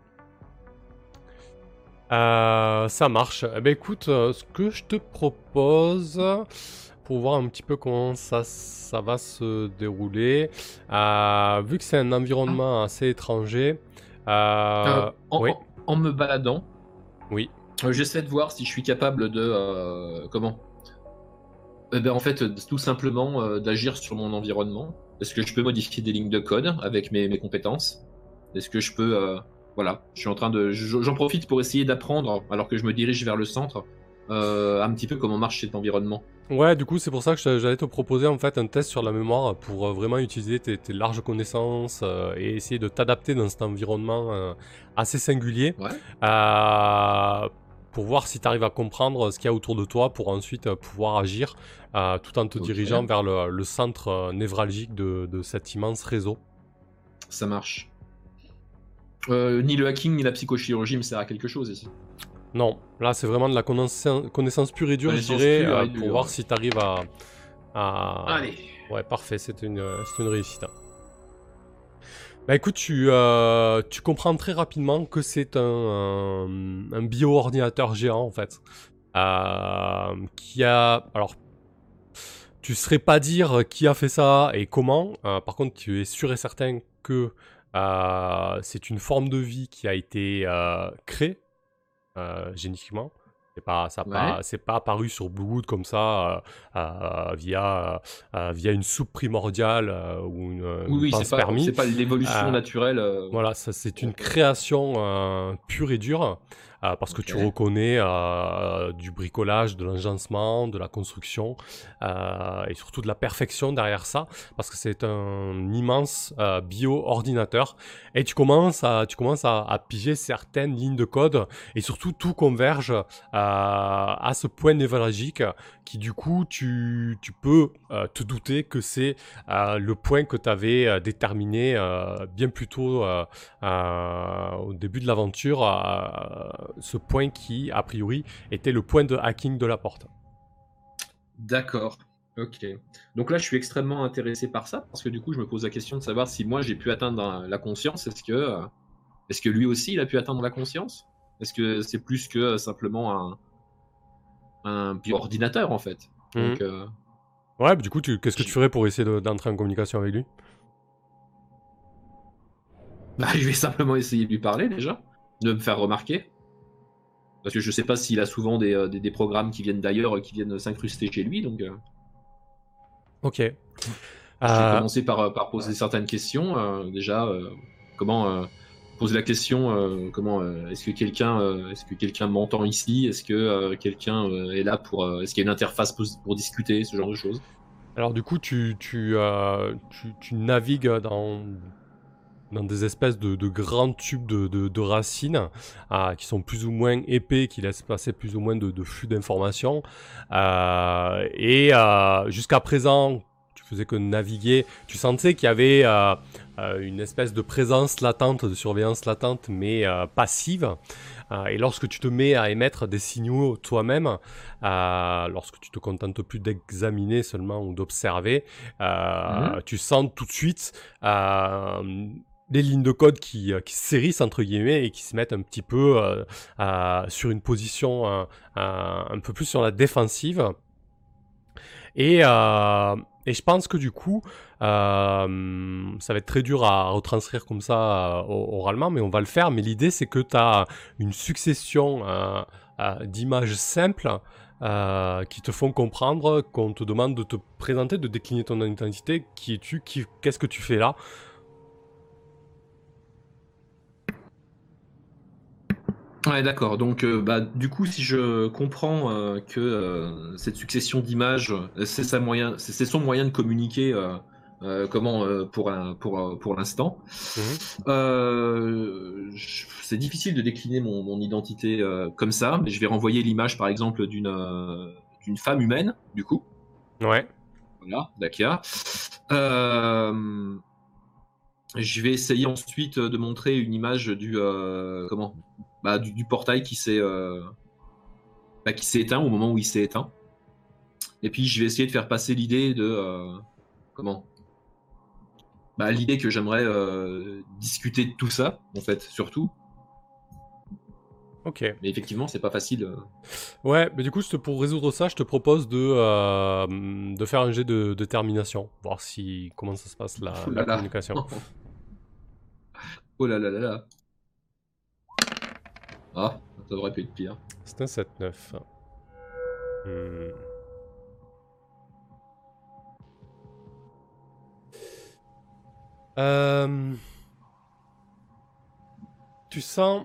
Ça marche. Eh ben écoute, ce que je te propose, pour voir un petit peu comment ça va se dérouler, vu que c'est un environnement assez étranger,
en me baladant,
oui.
J'essaie de voir si je suis capable de en fait, tout simplement d'agir sur mon environnement. Est-ce que je peux modifier des lignes de code avec mes compétences? Est-ce que je peux voilà, j'en profite pour essayer d'apprendre, alors que je me dirige vers le centre, un petit peu comment marche cet environnement.
Ouais, du coup, c'est pour ça que j'allais te proposer en fait un test sur la mémoire pour vraiment utiliser tes larges connaissances et essayer de t'adapter dans cet environnement assez singulier.
Ouais.
Pour voir si tu arrives à comprendre ce qu'il y a autour de toi pour ensuite pouvoir agir tout en te dirigeant vers le centre névralgique de cet immense réseau.
Ça marche. Ni le hacking ni la psychochirurgie me sert à quelque chose ici.
Non, là c'est vraiment de la connaissance pure et dure, je dirais, pour voir si tu arrives à...
Allez.
Ouais, parfait, c'est une réussite. Bah écoute, tu comprends très rapidement que c'est un bio-ordinateur géant en fait, qui a... Alors, tu saurais pas dire qui a fait ça et comment, par contre tu es sûr et certain que c'est une forme de vie qui a été créée génétiquement C'est pas apparu sur Bluewood comme ça via une soupe primordiale ou une pense permis.
C'est pas l'évolution naturelle.
Voilà, ça c'est une création pure et dure. Parce que tu reconnais du bricolage, de l'agencement, de la construction et surtout de la perfection derrière ça, parce que c'est un immense bio-ordinateur et tu commences à piger certaines lignes de code et surtout tout converge à ce point névralgique qui du coup tu peux te douter que c'est le point que tu avais déterminé bien plus tôt au début de l'aventure, ce point qui a priori était le point de hacking de la porte.
D'accord, ok. Donc là je suis extrêmement intéressé par ça parce que du coup je me pose la question de savoir si moi j'ai pu atteindre la conscience. Est-ce que lui aussi il a pu atteindre la conscience? Est-ce que c'est plus que simplement un bio-ordinateur en fait? Donc,
ouais, du coup qu'est-ce que tu ferais pour essayer d'entrer en communication avec lui?
Je vais simplement essayer de lui parler déjà, de me faire remarquer. Parce que je sais pas s'il a souvent des programmes qui viennent d'ailleurs, qui viennent s'incruster chez lui, donc...
Ok.
Je vais commencer par poser certaines questions. Déjà, comment poser la question est-ce que quelqu'un m'entend ici? Est-ce que quelqu'un est là pour... est-ce qu'il y a une interface pour discuter, ce genre de choses?
Alors du coup, tu navigues dans des espèces de grands tubes de racines qui sont plus ou moins épais, qui laissent passer plus ou moins de flux d'informations. Et jusqu'à présent, tu faisais que naviguer. Tu sentais qu'il y avait une espèce de présence latente, de surveillance latente, mais passive. Et lorsque tu te mets à émettre des signaux toi-même, lorsque tu te contentes plus d'examiner seulement ou d'observer, tu sens tout de suite des lignes de code qui s'hérissent entre guillemets et qui se mettent un petit peu sur une position un peu plus sur la défensive. Et je pense que du coup, ça va être très dur à retranscrire comme ça oralement, mais on va le faire. Mais l'idée, c'est que tu as une succession d'images simples qui te font comprendre qu'on te demande de te présenter, de décliner ton identité. Qui es-tu? Qu'est-ce que tu fais là?
Ouais, d'accord. Donc, du coup, si je comprends que cette succession d'images, c'est son moyen de communiquer pour l'instant. C'est difficile de décliner mon identité comme ça, mais je vais renvoyer l'image, par exemple, d'une femme humaine, du coup.
Ouais.
Voilà, Dakia. Je vais essayer ensuite de montrer une image du portail qui s'est éteint au moment où il s'est éteint. Et puis je vais essayer de faire passer l'idée de l'idée que j'aimerais discuter de tout ça, en fait, surtout.
Ok.
Mais effectivement, c'est pas facile.
Ouais, mais du coup, pour résoudre ça, je te propose de faire un jet de détermination, voir comment ça se passe la communication.
Oh là là là là. Ah, ça aurait pu être pire.
C'est un 7-9. Tu sens...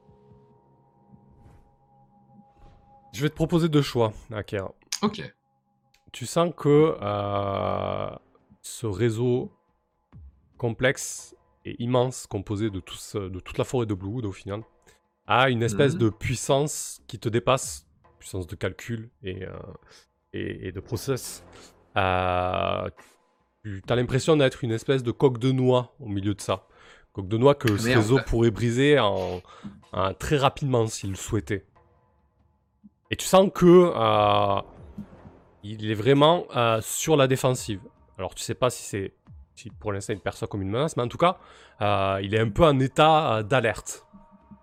Je vais te proposer deux choix, Akira.
Ok.
Tu sens que ce réseau complexe et immense, composé de toute la forêt de Bluewood au final, a une espèce de puissance qui te dépasse, puissance de calcul et de process. Tu as l'impression d'être une espèce de coque de noix au milieu de ça. Coque de noix que ce réseau pourrait briser très rapidement s'il le souhaitait. Et tu sens que il est vraiment sur la défensive. Alors tu sais pas si pour l'instant il te perçoit comme une menace, mais en tout cas, il est un peu en état d'alerte. Ok ?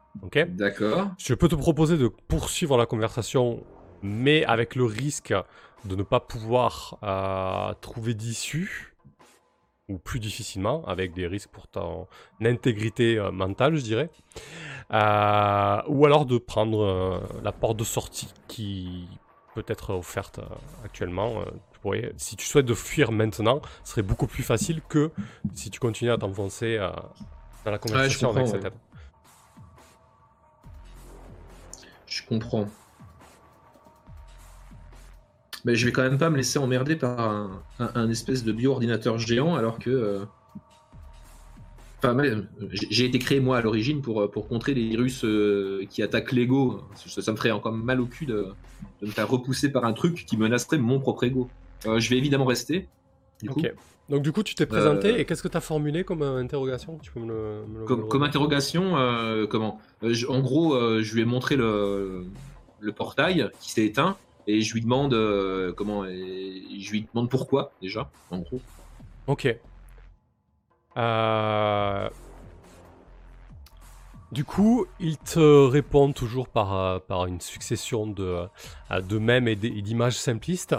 D'accord.
Je peux te proposer de poursuivre la conversation, mais avec le risque de ne pas pouvoir trouver d'issue. ou plus difficilement, avec des risques pour ton intégrité mentale, je dirais. Ou alors de prendre la porte de sortie qui peut être offerte actuellement. Si tu souhaites de fuir maintenant, ce serait beaucoup plus facile que si tu continues à t'enfoncer dans la conversation avec cette aide.
Je comprends. Mais je vais quand même pas me laisser emmerder par un espèce de bio-ordinateur géant alors que... Enfin, j'ai été créé moi à l'origine pour contrer les virus qui attaquent l'ego. Ça me ferait encore mal au cul de me faire repousser par un truc qui menacerait mon propre ego. Je vais évidemment rester. Du coup.
Donc du coup, tu t'es présenté et qu'est-ce que tu as formulé comme interrogation? Tu peux
comme interrogation, en gros, je lui ai montré le portail qui s'est éteint et je lui demande je lui demande pourquoi déjà, en gros.
Ok. Du coup, il te répond toujours par une succession de mèmes et d'images simplistes.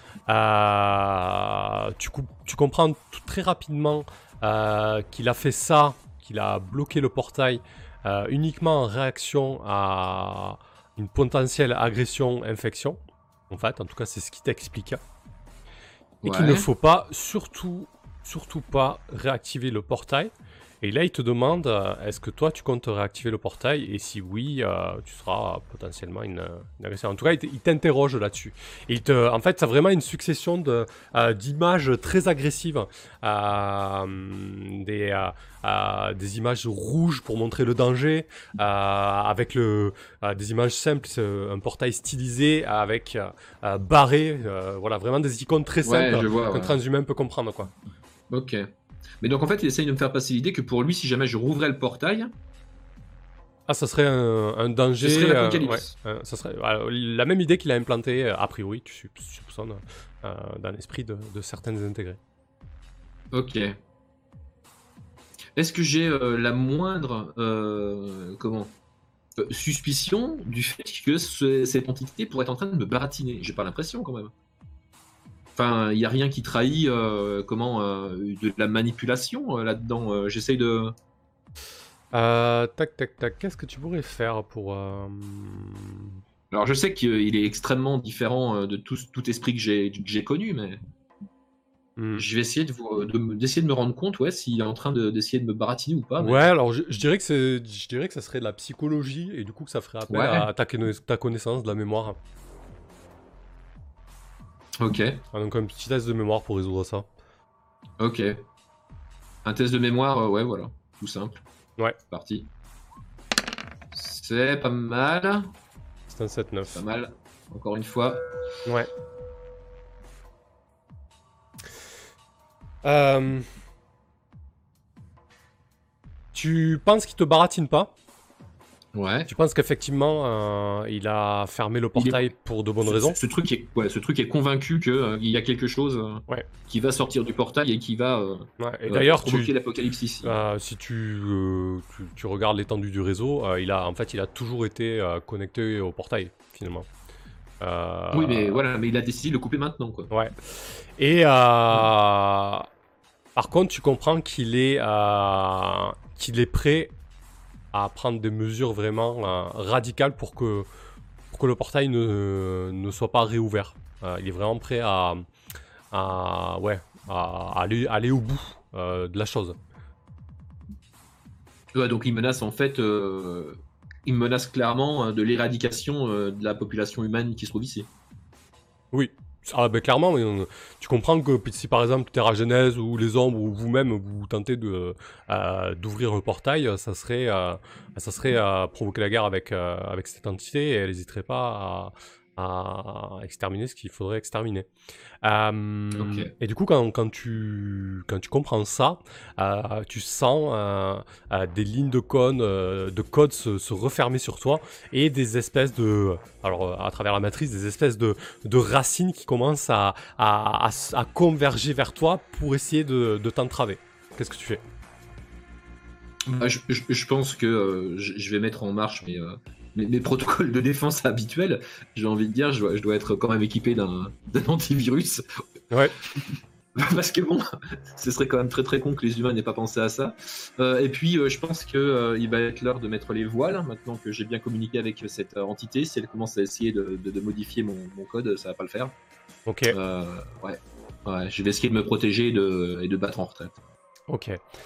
Tu comprends très rapidement qu'il a fait ça, qu'il a bloqué le portail uniquement en réaction à une potentielle agression, infection. En fait, en tout cas, c'est ce qu'il t'explique. Et qu'il ne faut pas, surtout pas réactiver le portail. Et là, il te demande, est-ce que toi, tu comptes réactiver le portail? Et si oui, tu seras potentiellement une agression. En tout cas, il t'interroge là-dessus. Et en fait, ça a vraiment une succession d'images très agressives. Des images rouges pour montrer le danger. Avec des images simples, un portail stylisé avec barré. Voilà, vraiment des icônes très simples qu'un transhumain peut comprendre, quoi.
Ok. Mais donc en fait, il essaye de me faire passer l'idée que pour lui, si jamais je rouvrais le portail...
Ah, ça serait un danger...
Ce serait l'apocalypse.
Ça serait la même idée qu'il a implantée, a priori, tu soupçonnes, dans l'esprit de certaines intégrées.
Ok. Est-ce que j'ai la moindre suspicion du fait que cette entité pourrait être en train de me baratiner? J'ai pas l'impression quand même. Enfin, il n'y a rien qui trahit de la manipulation là-dedans. J'essaye de...
Tac. Qu'est-ce que tu pourrais faire pour...
Alors, je sais qu'il est extrêmement différent de tout esprit que j'ai connu, mais... Je vais essayer d'essayer de me rendre compte s'il est en train d'essayer de me baratiner ou pas. Mais...
Ouais, alors je dirais que ça serait de la psychologie et du coup que ça ferait appel à ta connaissance de la mémoire.
Ok.
Donc un petit test de mémoire pour résoudre ça.
Ok. Un test de mémoire, voilà. Tout simple.
Ouais.
C'est parti. C'est pas mal.
C'est un 7-9.
Pas mal. Encore une fois.
Ouais. Tu penses qu'il te baratine pas?
Ouais.
Tu penses qu'effectivement il a fermé le portail pour de bonnes raisons?
Ce truc est convaincu qu'il y a quelque chose qui va sortir du portail et qui va
et d'ailleurs,
provoquer l'apocalypse ici.
Si tu regardes l'étendue du réseau, il a toujours été connecté au portail finalement.
Oui, mais voilà, mais il a décidé de le couper maintenant, quoi.
Ouais. Et par contre, tu comprends qu'il est prêt à prendre des mesures vraiment radicales pour que le portail ne soit pas réouvert. Il est vraiment prêt à aller au bout de la chose.
Ouais, donc il menace en fait, il menace clairement de l'éradication de la population humaine qui se trouve ici.
Oui. Clairement, tu comprends que si par exemple Terra Genèse ou les Ombres ou vous-même vous tentez d'ouvrir le portail, ça serait provoquer la guerre avec cette entité et elle n'hésiterait pas à exterminer ce qu'il faudrait exterminer. Et du coup, quand tu comprends ça, tu sens des lignes de code se refermer sur toi et des espèces à travers la matrice, des espèces de racines qui commencent à converger vers toi pour essayer de t'entraver. Qu'est-ce que tu fais?
Je pense que je vais mettre en marche mes protocoles de défense habituels. J'ai envie de dire, je dois être quand même équipé d'un antivirus.
Ouais.
Parce que bon, ce serait quand même très très con que les humains n'aient pas pensé à ça. Et puis, je pense que il va être l'heure de mettre les voiles. Maintenant que j'ai bien communiqué avec cette entité, si elle commence à essayer de modifier mon code, ça va pas le faire.
Ok,
Ouais. Ouais, je vais essayer de me protéger et de battre en retraite.
ok.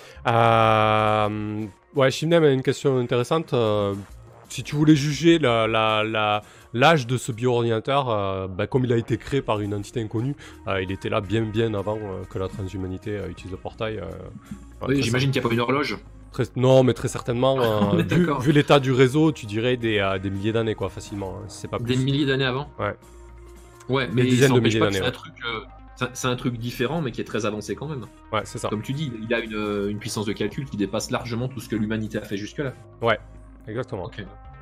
Ouais, Shimnem a une question intéressante. Si tu voulais juger l'âge de ce bio-ordinateur, comme il a été créé par une entité inconnue, il était là bien avant que la transhumanité utilise le portail.
Oui, j'imagine qu'il n'y a pas une horloge.
Non, mais très certainement,
On est d'accord.
vu l'état du réseau, tu dirais des milliers d'années, quoi, facilement. Hein, c'est pas plus.
Des milliers d'années avant.
Ouais.
Ouais, mais
dizaines
ça
de
n'empêche
milliers
pas que
d'années,
c'est un truc. C'est un truc différent, mais qui est très avancé quand même.
Ouais, c'est ça.
Comme tu dis, il a une puissance de calcul qui dépasse largement tout ce que l'humanité a fait jusque-là.
Ouais, exactement.
Ok.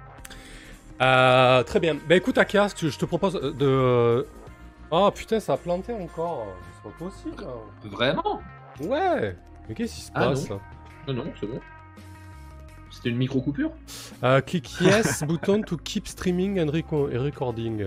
Très bien. Bah écoute, Akia, je te propose de. Oh putain, ça a planté encore. C'est pas possible.
Vraiment?
Ouais. Mais qu'est-ce qui se
Ah,
passe
non. Non, c'est bon. C'était une micro-coupure?
Click yes button to keep streaming and recording.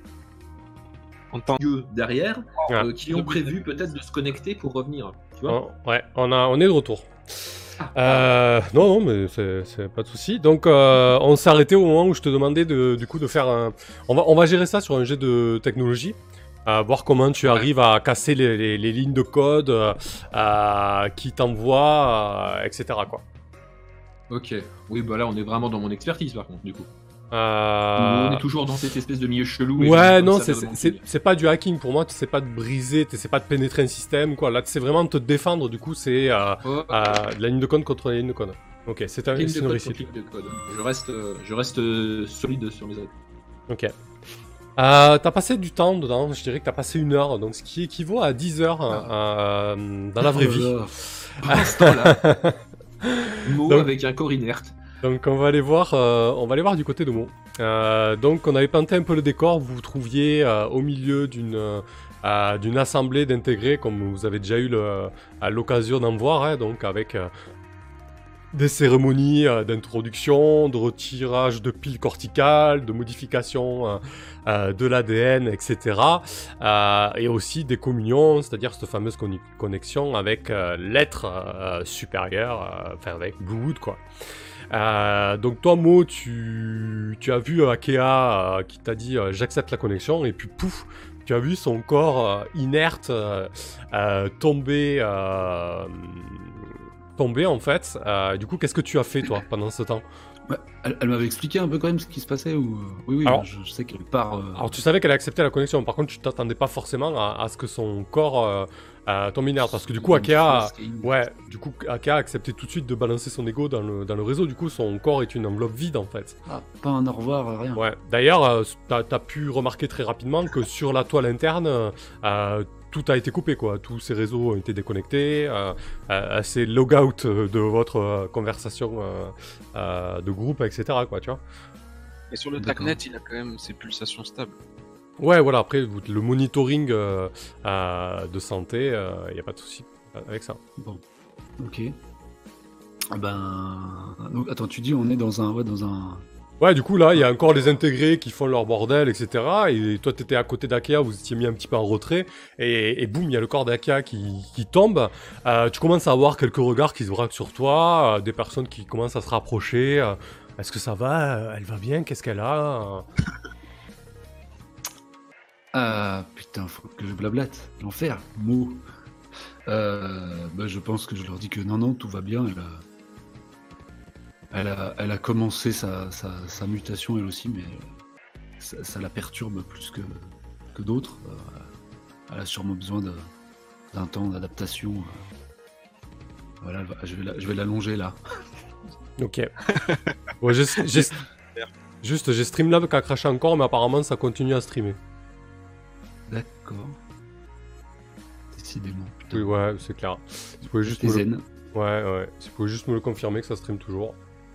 Dieu derrière,
Ah.
qui ont prévu peut-être de se connecter pour revenir. Tu vois?
Oh, ouais, on est de retour. Non, mais c'est pas de souci. Donc, on s'est arrêté au moment où je te demandais du coup de faire un. On va gérer ça sur un jet de technologie. Voir comment tu arrives à casser les lignes de code qui t'envoient, etc. quoi.
Ok. Oui, bah là, on est vraiment dans mon expertise par contre, du coup.
Euh,
On est toujours dans cette espèce de milieu chelou. et
Ouais,
comme
non,
ça, vraiment
c'est pas du hacking pour moi. Tu sais pas de briser, tu sais pas de pénétrer un système, quoi. Là, tu sais vraiment de te défendre. Du coup, c'est
Oh,
de la ligne de code contre la ligne de code. Ok, c'est
ligne de
une
code
réussite.
contre ligne de code. Je reste solide sur mes ailes.
Ok. T'as passé du temps dedans, je dirais que t'as passé 1 heure, donc ce qui équivaut à 10 heures dans la vraie vie.
Pendant ce temps-là, Mo
Donc-
avec un corps inerte.
Donc on va aller voir du côté de Mo. Donc on avait planté un peu le décor, vous vous trouviez au milieu d'une assemblée d'intégrés, comme vous avez déjà eu l'occasion d'en voir, hein, donc avec des cérémonies d'introduction, de retirage de piles corticales, de modification de l'ADN, etc. Et aussi des communions, c'est-à-dire cette fameuse connexion avec l'être supérieur, enfin avec Bluewood, quoi. Donc toi, Mo, tu as vu Akea qui t'a dit j'accepte la connexion, et puis pouf, tu as vu son corps inerte tomber en fait. Du coup, qu'est-ce que tu as fait toi pendant ce temps?
Ouais, elle m'avait expliqué un peu quand même ce qui se passait ou oui,
Alors-
je sais qu'elle part.
Alors tu savais qu'elle a accepté la connexion, par contre tu t'attendais pas forcément à ce que son corps tombe inerte, parce que du coup Akea a accepté tout de suite de balancer son ego dans le réseau, du coup son corps est une enveloppe vide en fait.
Ah, pas un au revoir, rien.
Ouais. D'ailleurs, t'as pu remarquer très rapidement que sur la toile interne, tout a été coupé, quoi. Tous ces réseaux ont été déconnectés. C'est logout de votre conversation de groupe, etc., quoi, tu vois.
Et sur le
D'accord.
TACnet, il a quand même ses pulsations stables.
Ouais, voilà. Après, le monitoring de santé, il n'y a pas de souci avec ça.
Bon, ok. Ah ben, donc, attends, tu dis on est dans un.
Ouais, du coup, là, il y a encore les intégrés qui font leur bordel, etc. Et toi, t'étais à côté d'Akea, vous étiez mis un petit peu en retrait. Et boum, il y a le corps d'Akea qui tombe. Tu commences à avoir quelques regards qui se braquent sur toi, des personnes qui commencent à se rapprocher. Est-ce que ça va? Elle va bien? Qu'est-ce qu'elle a?
Ah putain, faut que je blablate. L'enfer, mot. Bah, je pense que je leur dis que non, tout va bien. Elle a commencé sa mutation elle aussi, mais ça la perturbe plus que d'autres. Elle a sûrement besoin d'un temps d'adaptation. Voilà, je vais l'allonger là.
Ok. Ouais, j'ai Streamlab qui a craché encore, mais apparemment, ça continue à streamer.
D'accord. Décidément. Putain.
Oui, ouais, c'est clair. Si vous pouvez juste
T'es
me le...
zen.
Ouais. Si vous pouvez juste me le confirmer que ça stream toujours.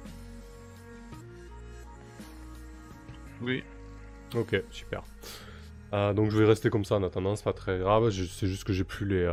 Oui.
Ok, super. Donc je vais rester comme ça en attendant, c'est pas très grave. C'est juste que j'ai plus les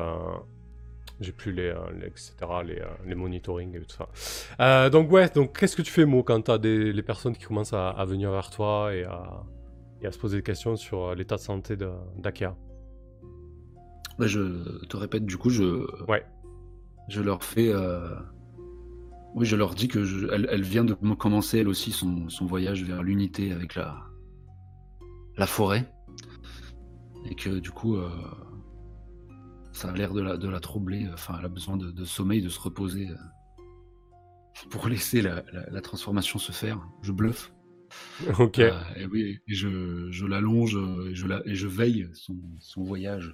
etc. les monitoring et tout ça. Donc ouais, donc qu'est-ce que tu fais, Mo, quand t'as les personnes qui commencent à venir vers toi et à se poser des questions sur l'état de santé d'Akea?
Bah, je te répète, du coup,
Ouais.
je leur fais. Oui, je leur dis que elle vient de commencer, elle aussi, son voyage vers l'unité avec la forêt. Et que du coup, ça a l'air de la troubler. Enfin, elle a besoin de sommeil, de se reposer pour laisser la transformation se faire. Je bluffe.
Ok.
Et oui, et je l'allonge et je veille son voyage.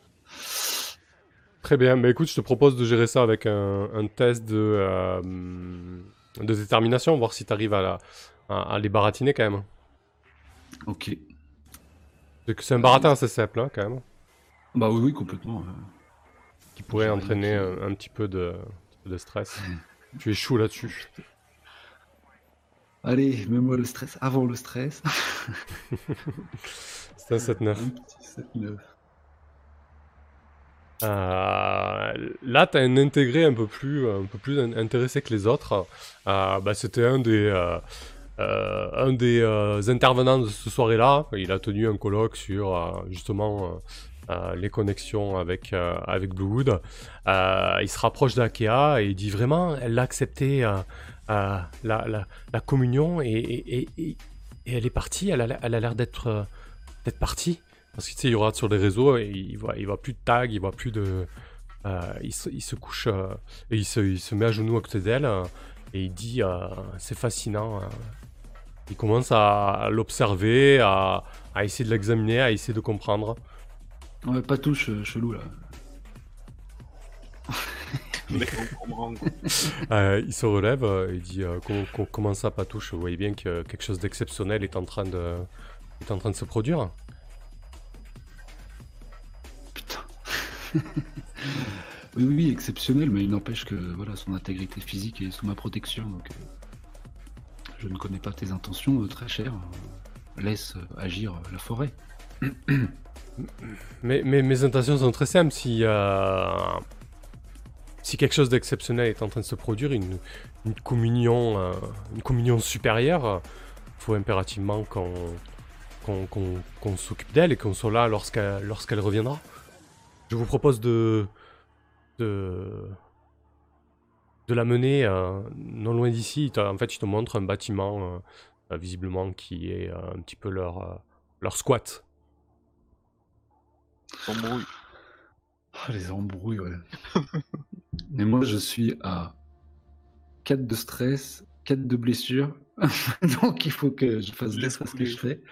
Très bien. Mais écoute, je te propose de gérer ça avec un test de détermination, voir si tu arrives à les baratiner quand même.
Ok.
C'est un baratin assez simple, hein, quand même,
Bah oui, complètement.
qui pourrait
J'ai
entraîner
rien
un petit peu de stress. Tu es chou là-dessus.
Allez, mets-moi le stress avant le stress.
C'est un 7-9.
Un petit 7-9.
Là, tu as un intégré un peu plus intéressé que les autres. C'était un des intervenants de cette soirée-là. Il a tenu un colloque sur justement les connexions avec Bluewood. Il se rapproche d'Akea et il dit vraiment, elle a accepté la communion et elle est partie. Elle a l'air d'être partie. Parce que tu sais, il regarde sur les réseaux et il voit plus de tags, il voit plus de. Il se couche et il se met à genoux à côté d'elle et il dit c'est fascinant. Il commence à l'observer, à essayer de l'examiner, à essayer de comprendre.
Ouais, pas touche, chelou là.
Mais on comprend, quoi.
Il se relève et il dit comment ça, Patouche? Vous voyez bien que quelque chose d'exceptionnel est en train de se produire.
Putain. Oui, exceptionnel, mais il n'empêche que voilà, son intégrité physique est sous ma protection, donc je ne connais pas tes intentions, très cher. Laisse agir la forêt.
Mais mes intentions sont très simples. Si quelque chose d'exceptionnel est en train de se produire, une communion supérieure, il faut impérativement qu'on s'occupe d'elle et qu'on soit là lorsqu'elle reviendra. Je vous propose de la mener non loin d'ici. En fait, je te montre un bâtiment, visiblement, qui est un petit peu leur squat.
Embrouille.
Ah, les embrouilles, ouais. Mais moi, je suis à 4 de stress, 4 de blessure. Donc, il faut que je fasse gaffe à ce que je fais.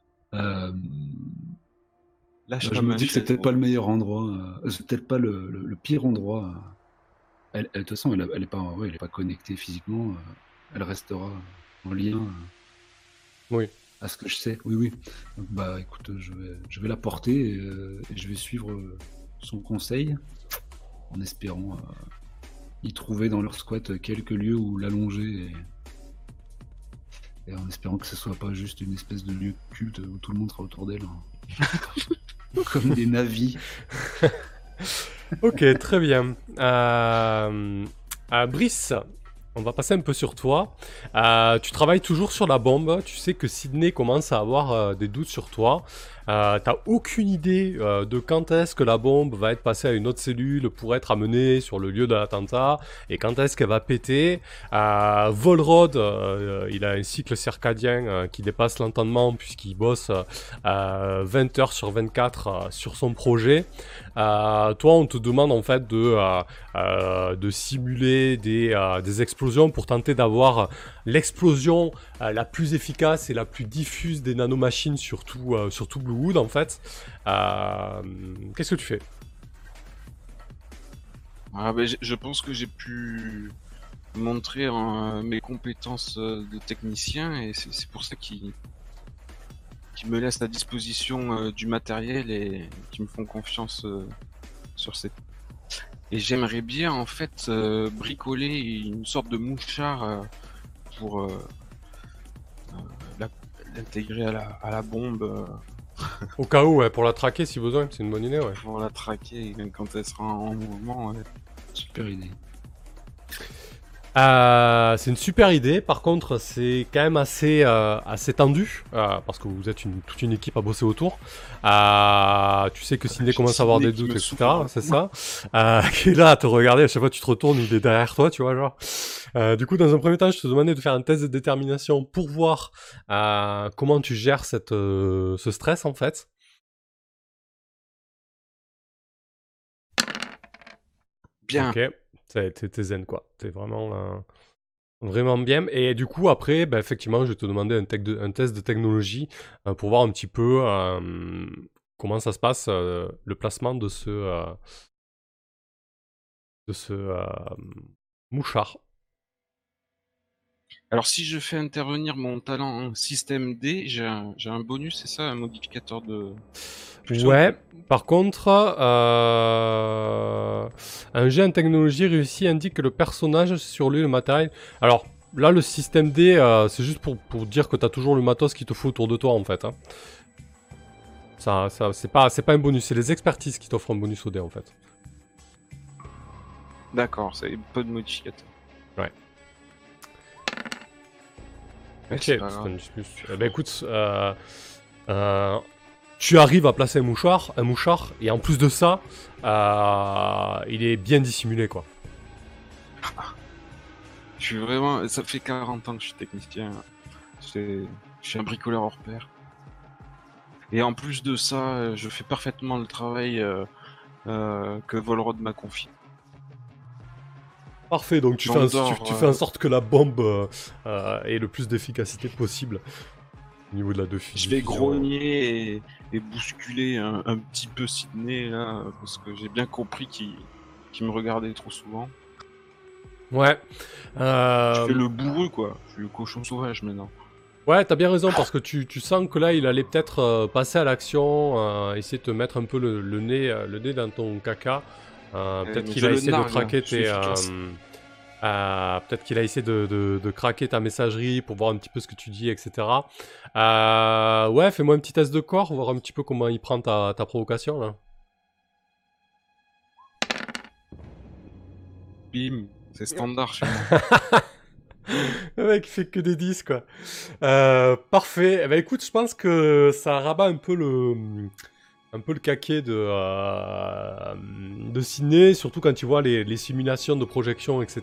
Lâche
Je
la
me
main,
dis que c'est
chaise,
peut-être
moi.
pas le meilleur endroit. C'est peut-être pas le pire endroit. De toute façon, elle est pas connectée physiquement. Elle restera en lien
Oui.
à ce que je sais. Oui. Donc, bah, écoute, je vais la porter et je vais suivre son conseil en espérant y trouver dans leur squat quelques lieux où l'allonger et en espérant que ce soit pas juste une espèce de lieu culte où tout le monde sera autour d'elle. Comme des navis.
Ok, très bien. Brice, on va passer un peu sur toi. Tu travailles toujours sur la bombe. Tu sais que Sydney commence à avoir des doutes sur toi. T'as aucune idée de quand est-ce que la bombe va être passée à une autre cellule pour être amenée sur le lieu de l'attentat et quand est-ce qu'elle va péter. Volrod, il a un cycle circadien qui dépasse l'entendement puisqu'il bosse 20 heures sur 24 sur son projet. Toi, on te demande en fait de simuler des explosions pour tenter d'avoir l'explosion la plus efficace et la plus diffuse des nanomachines sur tout Bluewood en fait. Qu'est-ce que tu fais?
Je pense que j'ai pu montrer mes compétences de technicien et c'est pour ça qu'ils me laissent à disposition du matériel et qui me font confiance sur cette. Et j'aimerais bien en fait bricoler une sorte de mouchard pour l'intégrer à la bombe.
Au cas où, ouais, pour la traquer si besoin, c'est une bonne idée, ouais.
Pour la traquer quand elle sera en mouvement. Ouais.
Super idée.
C'est une super idée. Par contre, c'est quand même assez tendu parce que vous êtes toute une équipe à bosser autour. Tu sais que Ciné commence à avoir des doutes, etc. C'est ça. Qui est là à te regarder. À chaque fois, tu te retournes, il est derrière toi, tu vois, genre. Du coup, dans un premier temps, je te demandais de faire un test de détermination pour voir comment tu gères ce stress en fait.
Bien.
Ok. T'es zen quoi. T'es vraiment bien. Et du coup, après, bah, effectivement, je vais te demander un test de technologie pour voir un petit peu comment ça se passe, le placement de ce mouchard.
Alors, si je fais intervenir mon talent en système D, j'ai un bonus, c'est ça, un modificateur de...
Ouais, par contre, un jet en technologie réussi indique que le personnage sur lui, le matériel... Alors, là, le système D, c'est juste pour dire que t'as toujours le matos qu'il te faut autour de toi, en fait. Hein. Ça, c'est pas un bonus, c'est les expertises qui t'offrent un bonus au dé, en fait.
D'accord, c'est pas de modificateur.
Ouais. Ok,
c'est
c'est
pas grave.
un plus. Eh ben écoute, tu arrives à placer un mouchard, et en plus de ça, il est bien dissimulé, quoi.
Je suis vraiment... Ça fait 40 ans que je suis technicien. Je suis un bricoleur hors pair. Et en plus de ça, je fais parfaitement le travail que Volrod m'a confié.
Parfait, donc tu fais en sorte que la bombe ait le plus d'efficacité possible au niveau de la diffusion.
Je vais grogner et bousculer un petit peu Sydney là, parce que j'ai bien compris qu'il me regardait trop souvent.
Ouais.
Je fais le bourreux quoi, je suis le cochon sauvage maintenant.
Ouais, t'as bien raison, parce que tu sens que là, il allait peut-être passer à l'action, essayer de te mettre un peu le nez dans ton caca. Peut-être qu'il a essayé de craquer peut-être qu'il a essayé de craquer ta messagerie pour voir un petit peu ce que tu dis, etc. Ouais, fais-moi un petit test de corps, voir un petit peu comment il prend ta provocation, là.
Bim, c'est standard chez moi.
Le mec, il fait que des 10, quoi. Parfait. Eh ben, écoute, je pense que ça rabat un peu le caquet de Ciné, surtout quand tu vois les simulations de projection, etc.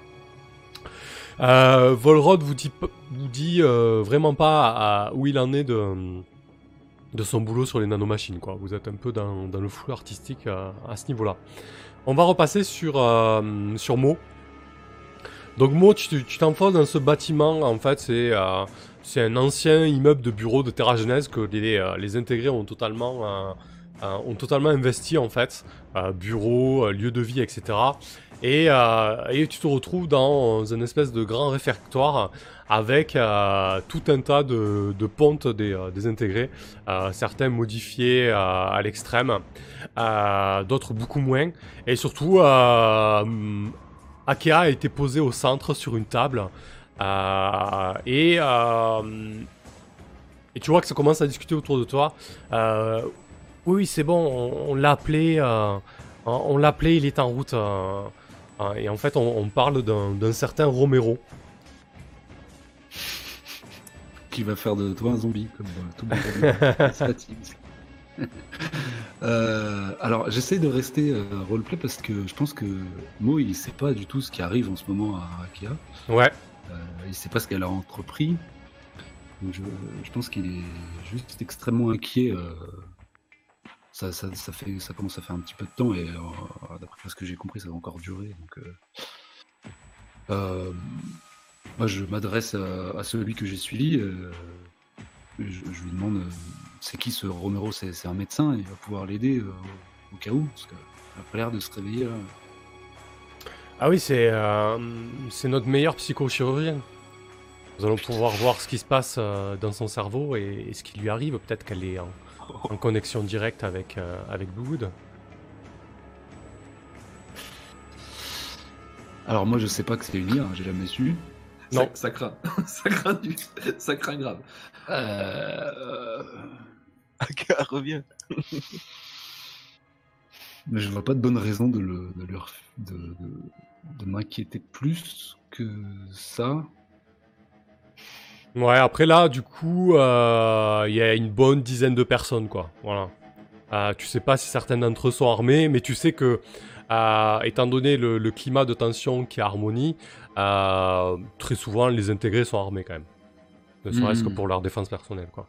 Volrod vous dit vraiment pas où il en est de son boulot sur les nanomachines, quoi. Vous êtes un peu dans le flou artistique à ce niveau-là. On va repasser sur Mo. Donc Mo, tu t'enfonces dans ce bâtiment, en fait, c'est un ancien immeuble de bureau de Terra Genèse que les intégrés ont totalement investi, en fait. Bureau, lieu de vie, etc. Et tu te retrouves dans un espèce de grand réfectoire avec tout un tas de pontes des intégrés, certains modifiés à l'extrême, d'autres beaucoup moins. Et surtout, Akea a été posé au centre sur une table. Et tu vois que ça commence à discuter autour de toi. Oui, c'est bon, on l'a appelé. On l'a appelé, il est en route. Et en fait, on parle d'un certain Romero.
Qui va faire de toi un zombie, comme tout le monde. C'est fatigue. Alors j'essaie de rester roleplay parce que je pense que Mo il sait pas du tout ce qui arrive en ce moment à Akea.
Ouais.
Il sait pas ce qu'elle a entrepris. Donc je pense qu'il est juste extrêmement inquiet. Ça commence à faire un petit peu de temps et d'après ce que j'ai compris ça va encore durer. Donc moi je m'adresse à celui que j'ai suivi. Je lui demande c'est qui ce Romero, c'est un médecin, il va pouvoir l'aider au cas où, parce qu'il a pas l'air de se réveiller là.
Ah oui, c'est notre meilleur psychochirurgien. Nous allons pouvoir voir ce qui se passe dans son cerveau et ce qui lui arrive. Peut-être qu'elle est en connexion directe avec Bluewood.
Alors moi je sais pas que c'est une IA, j'ai jamais su.
Non.
Ça craint. ça craint grave.
Akea revient.
Mais je vois pas de bonne raison de m'inquiéter plus que ça.
Ouais, après là, du coup, il y a une bonne dizaine de personnes, quoi. Voilà. Tu sais pas si certains d'entre eux sont armés, mais tu sais que, étant donné le climat de tension qui est harmonie, très souvent les intégrés sont armés quand même. Ne serait-ce que pour leur défense personnelle, quoi.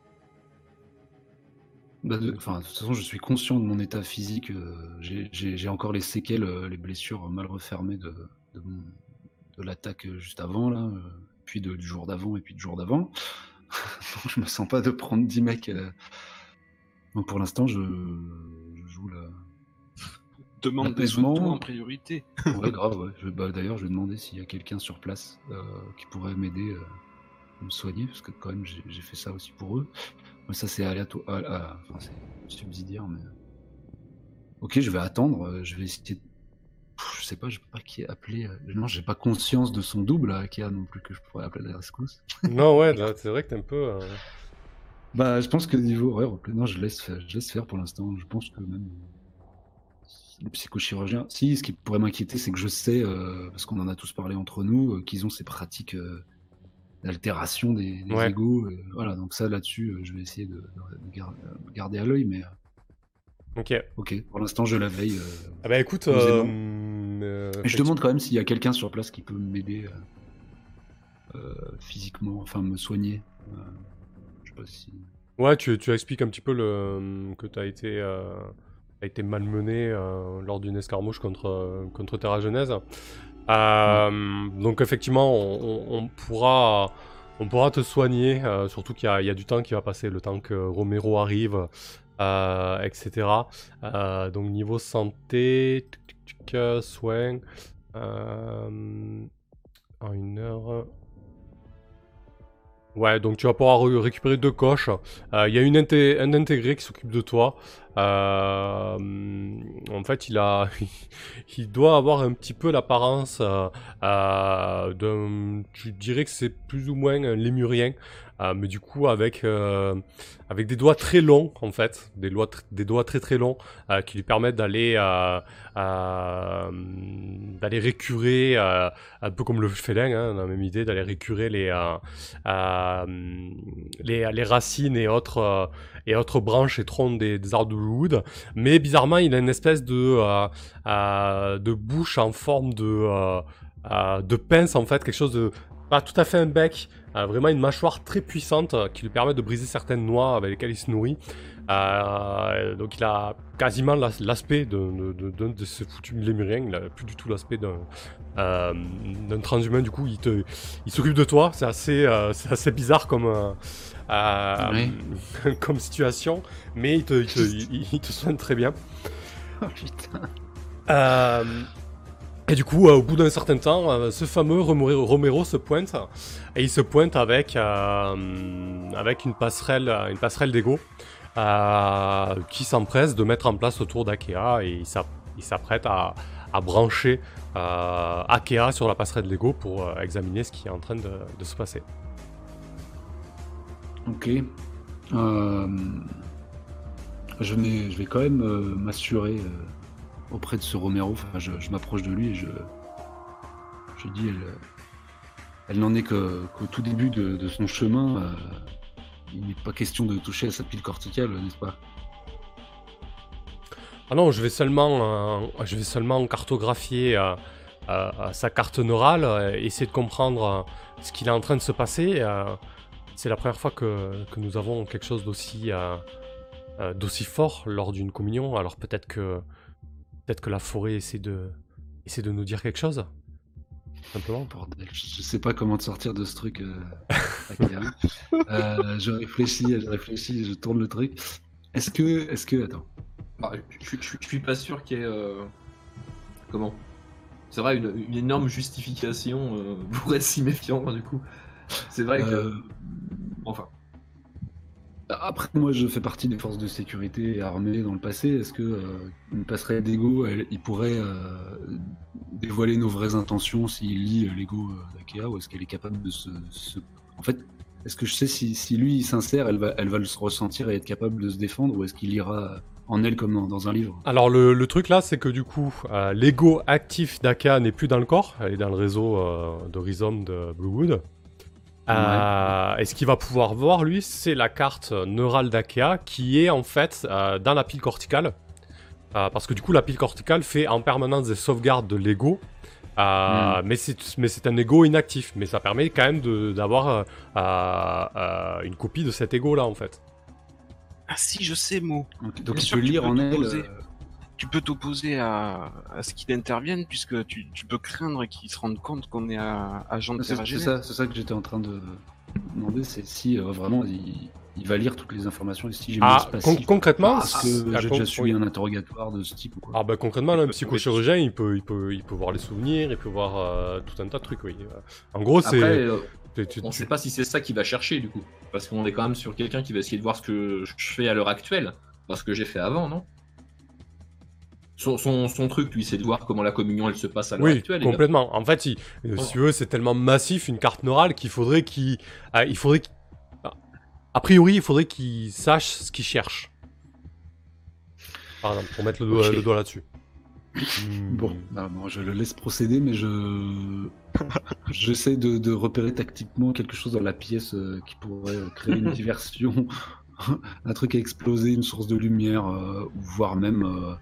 De toute façon, je suis conscient de mon état physique. J'ai encore les séquelles, les blessures mal refermées de l'attaque juste avant, là, puis du jour d'avant et puis du jour d'avant. Donc, je me sens pas de prendre 10 mecs. Donc pour l'instant, je joue la.
Demande des soins en priorité.
Ouais, grave, ouais. D'ailleurs, je vais demander s'il y a quelqu'un sur place qui pourrait m'aider à me soigner, parce que quand même, j'ai fait ça aussi pour eux. Mais ça, c'est aléatoire. Enfin, c'est subsidiaire, mais. Ok, je vais attendre. Je vais essayer. Je sais pas, je peux pas qui appeler. Non, j'ai pas conscience de son double à Akea non plus que je pourrais appeler la rescousse.
Non, ouais, là, c'est vrai que t'es un peu.
Bah, je pense que niveau horaire, non, je laisse faire pour l'instant. Je pense que même les psychochirurgiens. Si, ce qui pourrait m'inquiéter, c'est que je sais, parce qu'on en a tous parlé entre nous, qu'ils ont ces pratiques d'altération des égos. Voilà, donc ça, là-dessus, je vais essayer de garder à l'œil, mais. Ok, pour l'instant, je la veille.
Ah bah écoute,
je demande quand même s'il y a quelqu'un sur place qui peut m'aider physiquement, enfin me soigner. Je sais pas si.
Ouais, tu expliques un petit peu que t'as été malmené lors d'une escarmouche contre Terra Genèse. Donc effectivement, on pourra te soigner, surtout qu'il y a du temps qui va passer, le temps que Romero arrive, etc. Donc niveau santé, soins, en 1 heure... Ouais, donc tu vas pouvoir récupérer 2 coches. Il y a un intégré qui s'occupe de toi. En fait, il doit avoir un petit peu l'apparence d'un... Tu dirais que c'est plus ou moins un lémurien. Mais du coup, avec des doigts très longs, en fait. Des doigts très très longs qui lui permettent d'aller récurer, un peu comme le félin, hein, dans la même idée, d'aller récurer les racines et autres branches et troncs des arbres de wood. Mais bizarrement, il a une espèce de bouche en forme de pince, en fait, quelque chose de pas tout à fait un bec, vraiment une mâchoire très puissante qui lui permet de briser certaines noix avec lesquelles il se nourrit. Donc il a quasiment l'aspect de ce foutu lémurien. Il a plus du tout l'aspect d'un transhumain. Du coup, il s'occupe de toi. C'est assez bizarre comme comme situation, mais il te soigne très bien.
Oh putain.
Et du coup, au bout d'un certain temps, ce fameux Romero se pointe, et il se pointe avec une passerelle d'ego qui s'empresse de mettre en place autour d'Akea, et il s'apprête à brancher Akea sur la passerelle d'ego pour examiner ce qui est en train de se passer.
Ok. Je vais quand même m'assurer auprès de ce Romero. Enfin, je m'approche de lui et je dis, elle n'en est qu'au tout début de son chemin. Il n'est pas question de toucher à sa pile corticale, n'est-ce pas?
Ah non, je vais seulement cartographier sa carte neurale, essayer de comprendre ce qu'il est en train de se passer. C'est la première fois que nous avons quelque chose d'aussi fort lors d'une communion. Alors peut-être que la forêt essaie de nous dire quelque chose. Simplement.
Bordel, je sais pas comment te sortir de ce truc. Je réfléchis, je tourne le truc. Est-ce que attends.
Bah, je suis pas sûr qu'il y ait comment. C'est vrai, une énorme justification pour être si méfiant, du coup. C'est vrai que. Enfin.
Après, moi, je fais partie des forces de sécurité armées dans le passé. Est-ce que une passerelle d'ego, il pourrait dévoiler nos vraies intentions s'il lit l'ego d'Akea, ou est-ce qu'elle est capable de se... En fait, est-ce que je sais si lui il s'insère, elle va le ressentir et être capable de se défendre, ou est-ce qu'il ira en elle comme dans un livre.
Alors le truc là, c'est que du coup, l'ego actif d'Aka n'est plus dans le corps, elle est dans le réseau de rhizome de Bluewood. Et ce qu'il va pouvoir voir, lui, c'est la carte neurale d'Akea qui est en fait dans la pile corticale. Parce que du coup, la pile corticale fait en permanence des sauvegardes de l'ego. Mais c'est un ego inactif. Mais ça permet quand même d'avoir une copie de cet ego là en fait.
Ah si, je sais, Mo.
Donc tu peux lire en elle.
Tu peux t'opposer à ce qu'il intervienne, puisque tu peux craindre qu'il se rende compte qu'on est agent de Terra Genèse.
C'est ça que j'étais en train de demander, c'est si vraiment il va lire toutes les informations et si j'ai
concrètement,
parce que j'ai déjà suivi un interrogatoire de ce type ou quoi.
Ah bah concrètement, là, un psychochirurgien, il peut voir les souvenirs, il peut voir tout un tas de trucs, oui. En gros, c'est...
On sait pas si c'est ça qu'il va chercher, du coup. Parce qu'on est quand même sur quelqu'un qui va essayer de voir ce que je fais à l'heure actuelle, pas ce que j'ai fait avant, non ? Son truc, lui, c'est de voir comment la communion, elle se passe à l'heure actuelle.
Oui, complètement. En fait, si tu veux, c'est tellement massif, une carte neurale, qu'il faudrait qu'il... A priori, il faudrait qu'il sache ce qu'il cherche. Par exemple, pour mettre le doigt là-dessus.
Bon, je le laisse procéder, mais j'essaie de repérer tactiquement quelque chose dans la pièce qui pourrait créer une diversion, un truc à exploser, une source de lumière, voire même...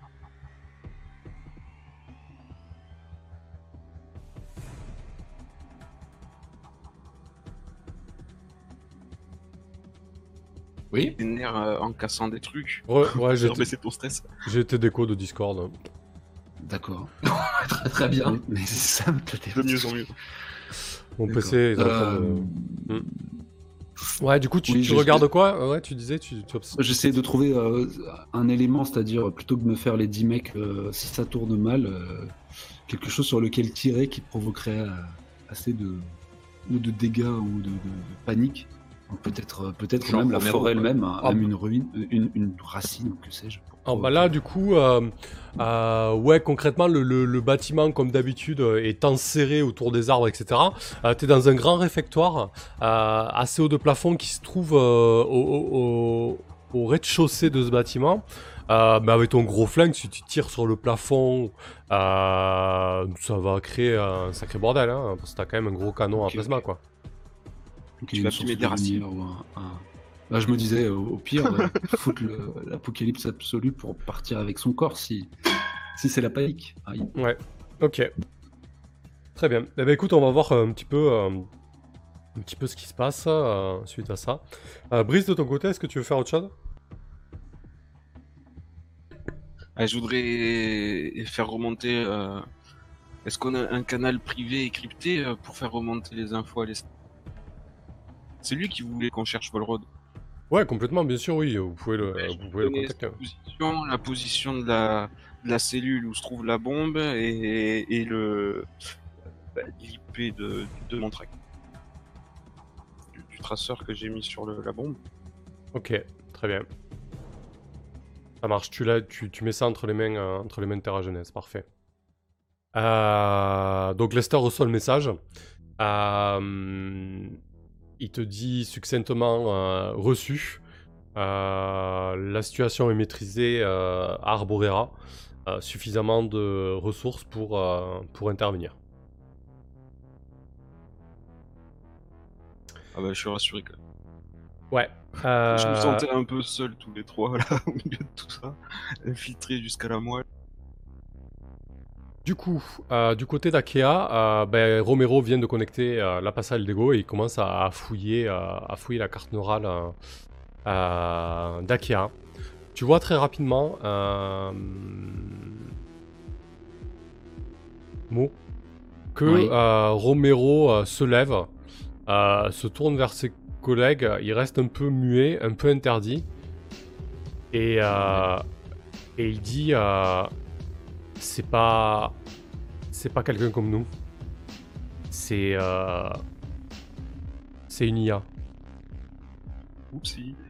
Oui.
Des nerfs en cassant des trucs.
Ouais,
j'ai baissé ton stress.
J'ai été déco de Discord.
D'accord.
très très bien.
Mais c'est ça,
de mieux en mieux.
Mon PC est en train de... Ouais, du coup, tu regardes quoi? Ouais, tu disais, tu
j'essaie de trouver un élément, c'est-à-dire, plutôt que de me faire les 10 mecs, si ça tourne mal, quelque chose sur lequel tirer qui provoquerait assez de dégâts ou de panique. Peut-être même la forêt elle-même, même une ruine, une racine, que sais-je.
Là, du coup, ouais, concrètement, le bâtiment, comme d'habitude, est enserré autour des arbres, etc. T'es dans un grand réfectoire, assez haut de plafond, qui se trouve au rez-de-chaussée de ce bâtiment. Mais avec ton gros flingue, si tu tires sur le plafond, ça va créer un sacré bordel, hein, parce que t'as quand même un gros canon à plasma, quoi.
Tu vas filmer des racines.
Je me disais, au pire, foutre l'apocalypse absolue pour partir avec son corps, si c'est la panique. Aïe.
Ouais, ok. Très bien. Eh ben, écoute, on va voir un petit peu ce qui se passe suite à ça. Brice, de ton côté, est-ce que tu veux faire autre chose ?
Je voudrais faire remonter... Est-ce qu'on a un canal privé et crypté pour faire remonter les infos à l'Est ? C'est lui qui voulait qu'on cherche Volrod.
Ouais, complètement, bien sûr, oui. Vous pouvez le contacter.
La position de la cellule où se trouve la bombe et l'IP de mon track. Du traceur que j'ai mis sur la bombe.
Ok, très bien. Ça marche. Tu mets ça entre les mains de Terra Genèse, parfait. Donc Lester reçoit le message. Il te dit succinctement reçu. La situation est maîtrisée à Arborera. Suffisamment de ressources pour intervenir.
Ah bah je suis rassuré quand même.
Ouais.
Je me sentais un peu seul tous les trois là au milieu de tout ça, infiltré jusqu'à la moelle.
Du coup, du côté d'Akea, Romero vient de connecter la passale d'Ego et il commence à fouiller la carte neurale d'Akea. Tu vois très rapidement que Romero se lève, se tourne vers ses collègues, il reste un peu muet, un peu interdit, et il dit c'est pas quelqu'un comme nous. C'est une IA.
Oupsie.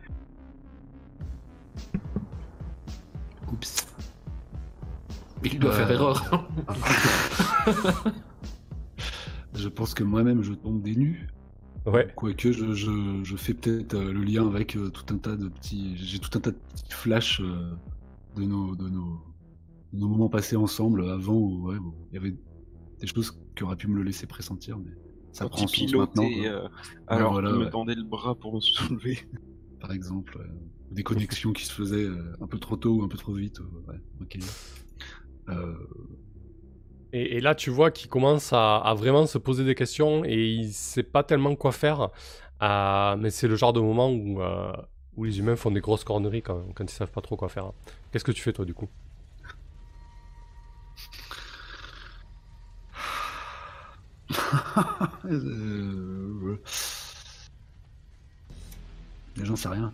Oups. Il doit faire erreur.
Je pense que moi-même je tombe des nues.
Ouais.
Quoique, je fais peut-être le lien avec tout un tas de petits. J'ai tout un tas de petits flashs de nos moments passés ensemble avant où il y avait des choses qui auraient pu me le laisser pressentir, mais ça
Quand
prend
il
sens maintenant,
pilotait,
quoi.
alors
voilà,
qu'il me
ouais.
tendait le bras pour me soulever.
Par exemple. Des connexions qui se faisaient un peu trop tôt ou un peu trop vite. Ouais, ok.
Et là, tu vois qu'il commence à vraiment se poser des questions et il sait pas tellement quoi faire. Mais c'est le genre de moment où les humains font des grosses corneries quand ils savent pas trop quoi faire. Qu'est-ce que tu fais toi du coup?
J'en sais rien.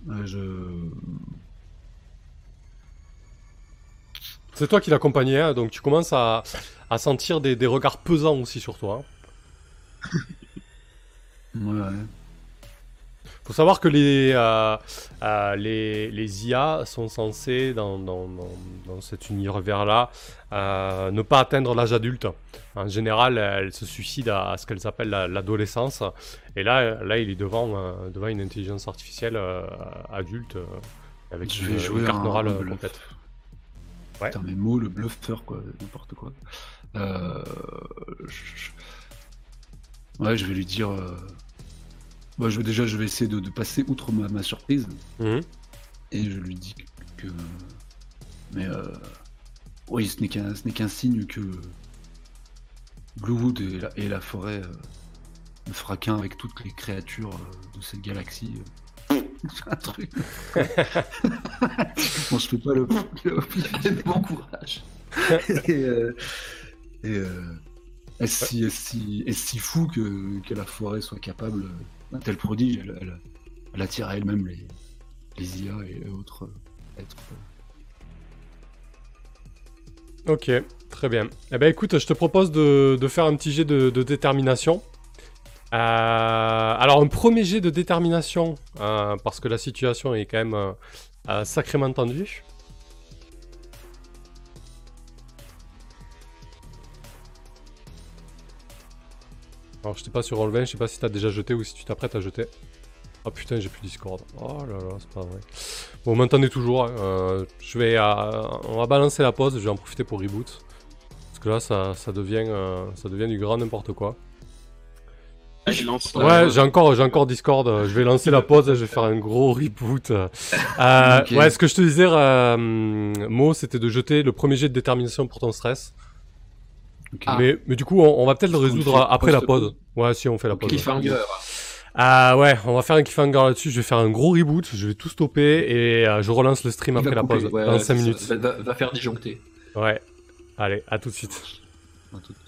C'est toi qui l'accompagnais, hein, donc tu commences à sentir des regards pesants aussi sur toi. Hein.
Ouais.
Faut savoir que les IA sont censés, dans cet univers-là, ne pas atteindre l'âge adulte. En général, elles se suicident à ce qu'elles appellent l'adolescence. Et là, il est devant une intelligence artificielle adulte, avec
Je vais jouer
une carte
un
morale
bluff.
complète. Ouais.
Putain, mes mots, le bluffeur, quoi, n'importe quoi. Ouais, je vais lui dire. Bah, je vais essayer de passer outre ma surprise.
Mhm.
Et je lui dis que. Mais oui, ce n'est qu'un signe que Bluewood et la forêt ne fera qu'un avec toutes les créatures de cette galaxie. C'est un truc. Bon, je fais pas le
Bon courage.
Est-ce si fou que la forêt soit capable d'un tel prodige? Elle attire à elle-même les IA et autres êtres.
Ok, très bien. Eh ben écoute, je te propose de faire un petit jet de détermination. Alors un premier jet de détermination, parce que la situation est quand même sacrément tendue. Alors je t'ai pas sur Roll20, je sais pas si t'as déjà jeté ou si tu t'apprêtes à jeter. Oh putain, j'ai plus Discord. Oh là là, c'est pas vrai. Bon, vous m'entendez toujours. Hein. On va balancer la pause, je vais en profiter pour reboot. Parce que là, ça devient du grand n'importe quoi.
Je lance
Ouais, j'ai encore Discord. Je vais lancer la pause, je vais faire un gros reboot.
Okay.
Ouais, ce que je te disais, Mo, c'était de jeter le premier jet de détermination pour ton stress.
Okay.
Mais du coup, on va peut-être le résoudre après la pause. Ouais, si, on fait la pause.
Cliffhanger.
Ouais, on va faire un cliffhanger là-dessus. Je vais faire un gros reboot. Je vais tout stopper et je relance le stream après la pause.
Ouais,
dans 5 minutes.
Va faire disjoncter.
Ouais. Allez, à tout de suite.
À tout.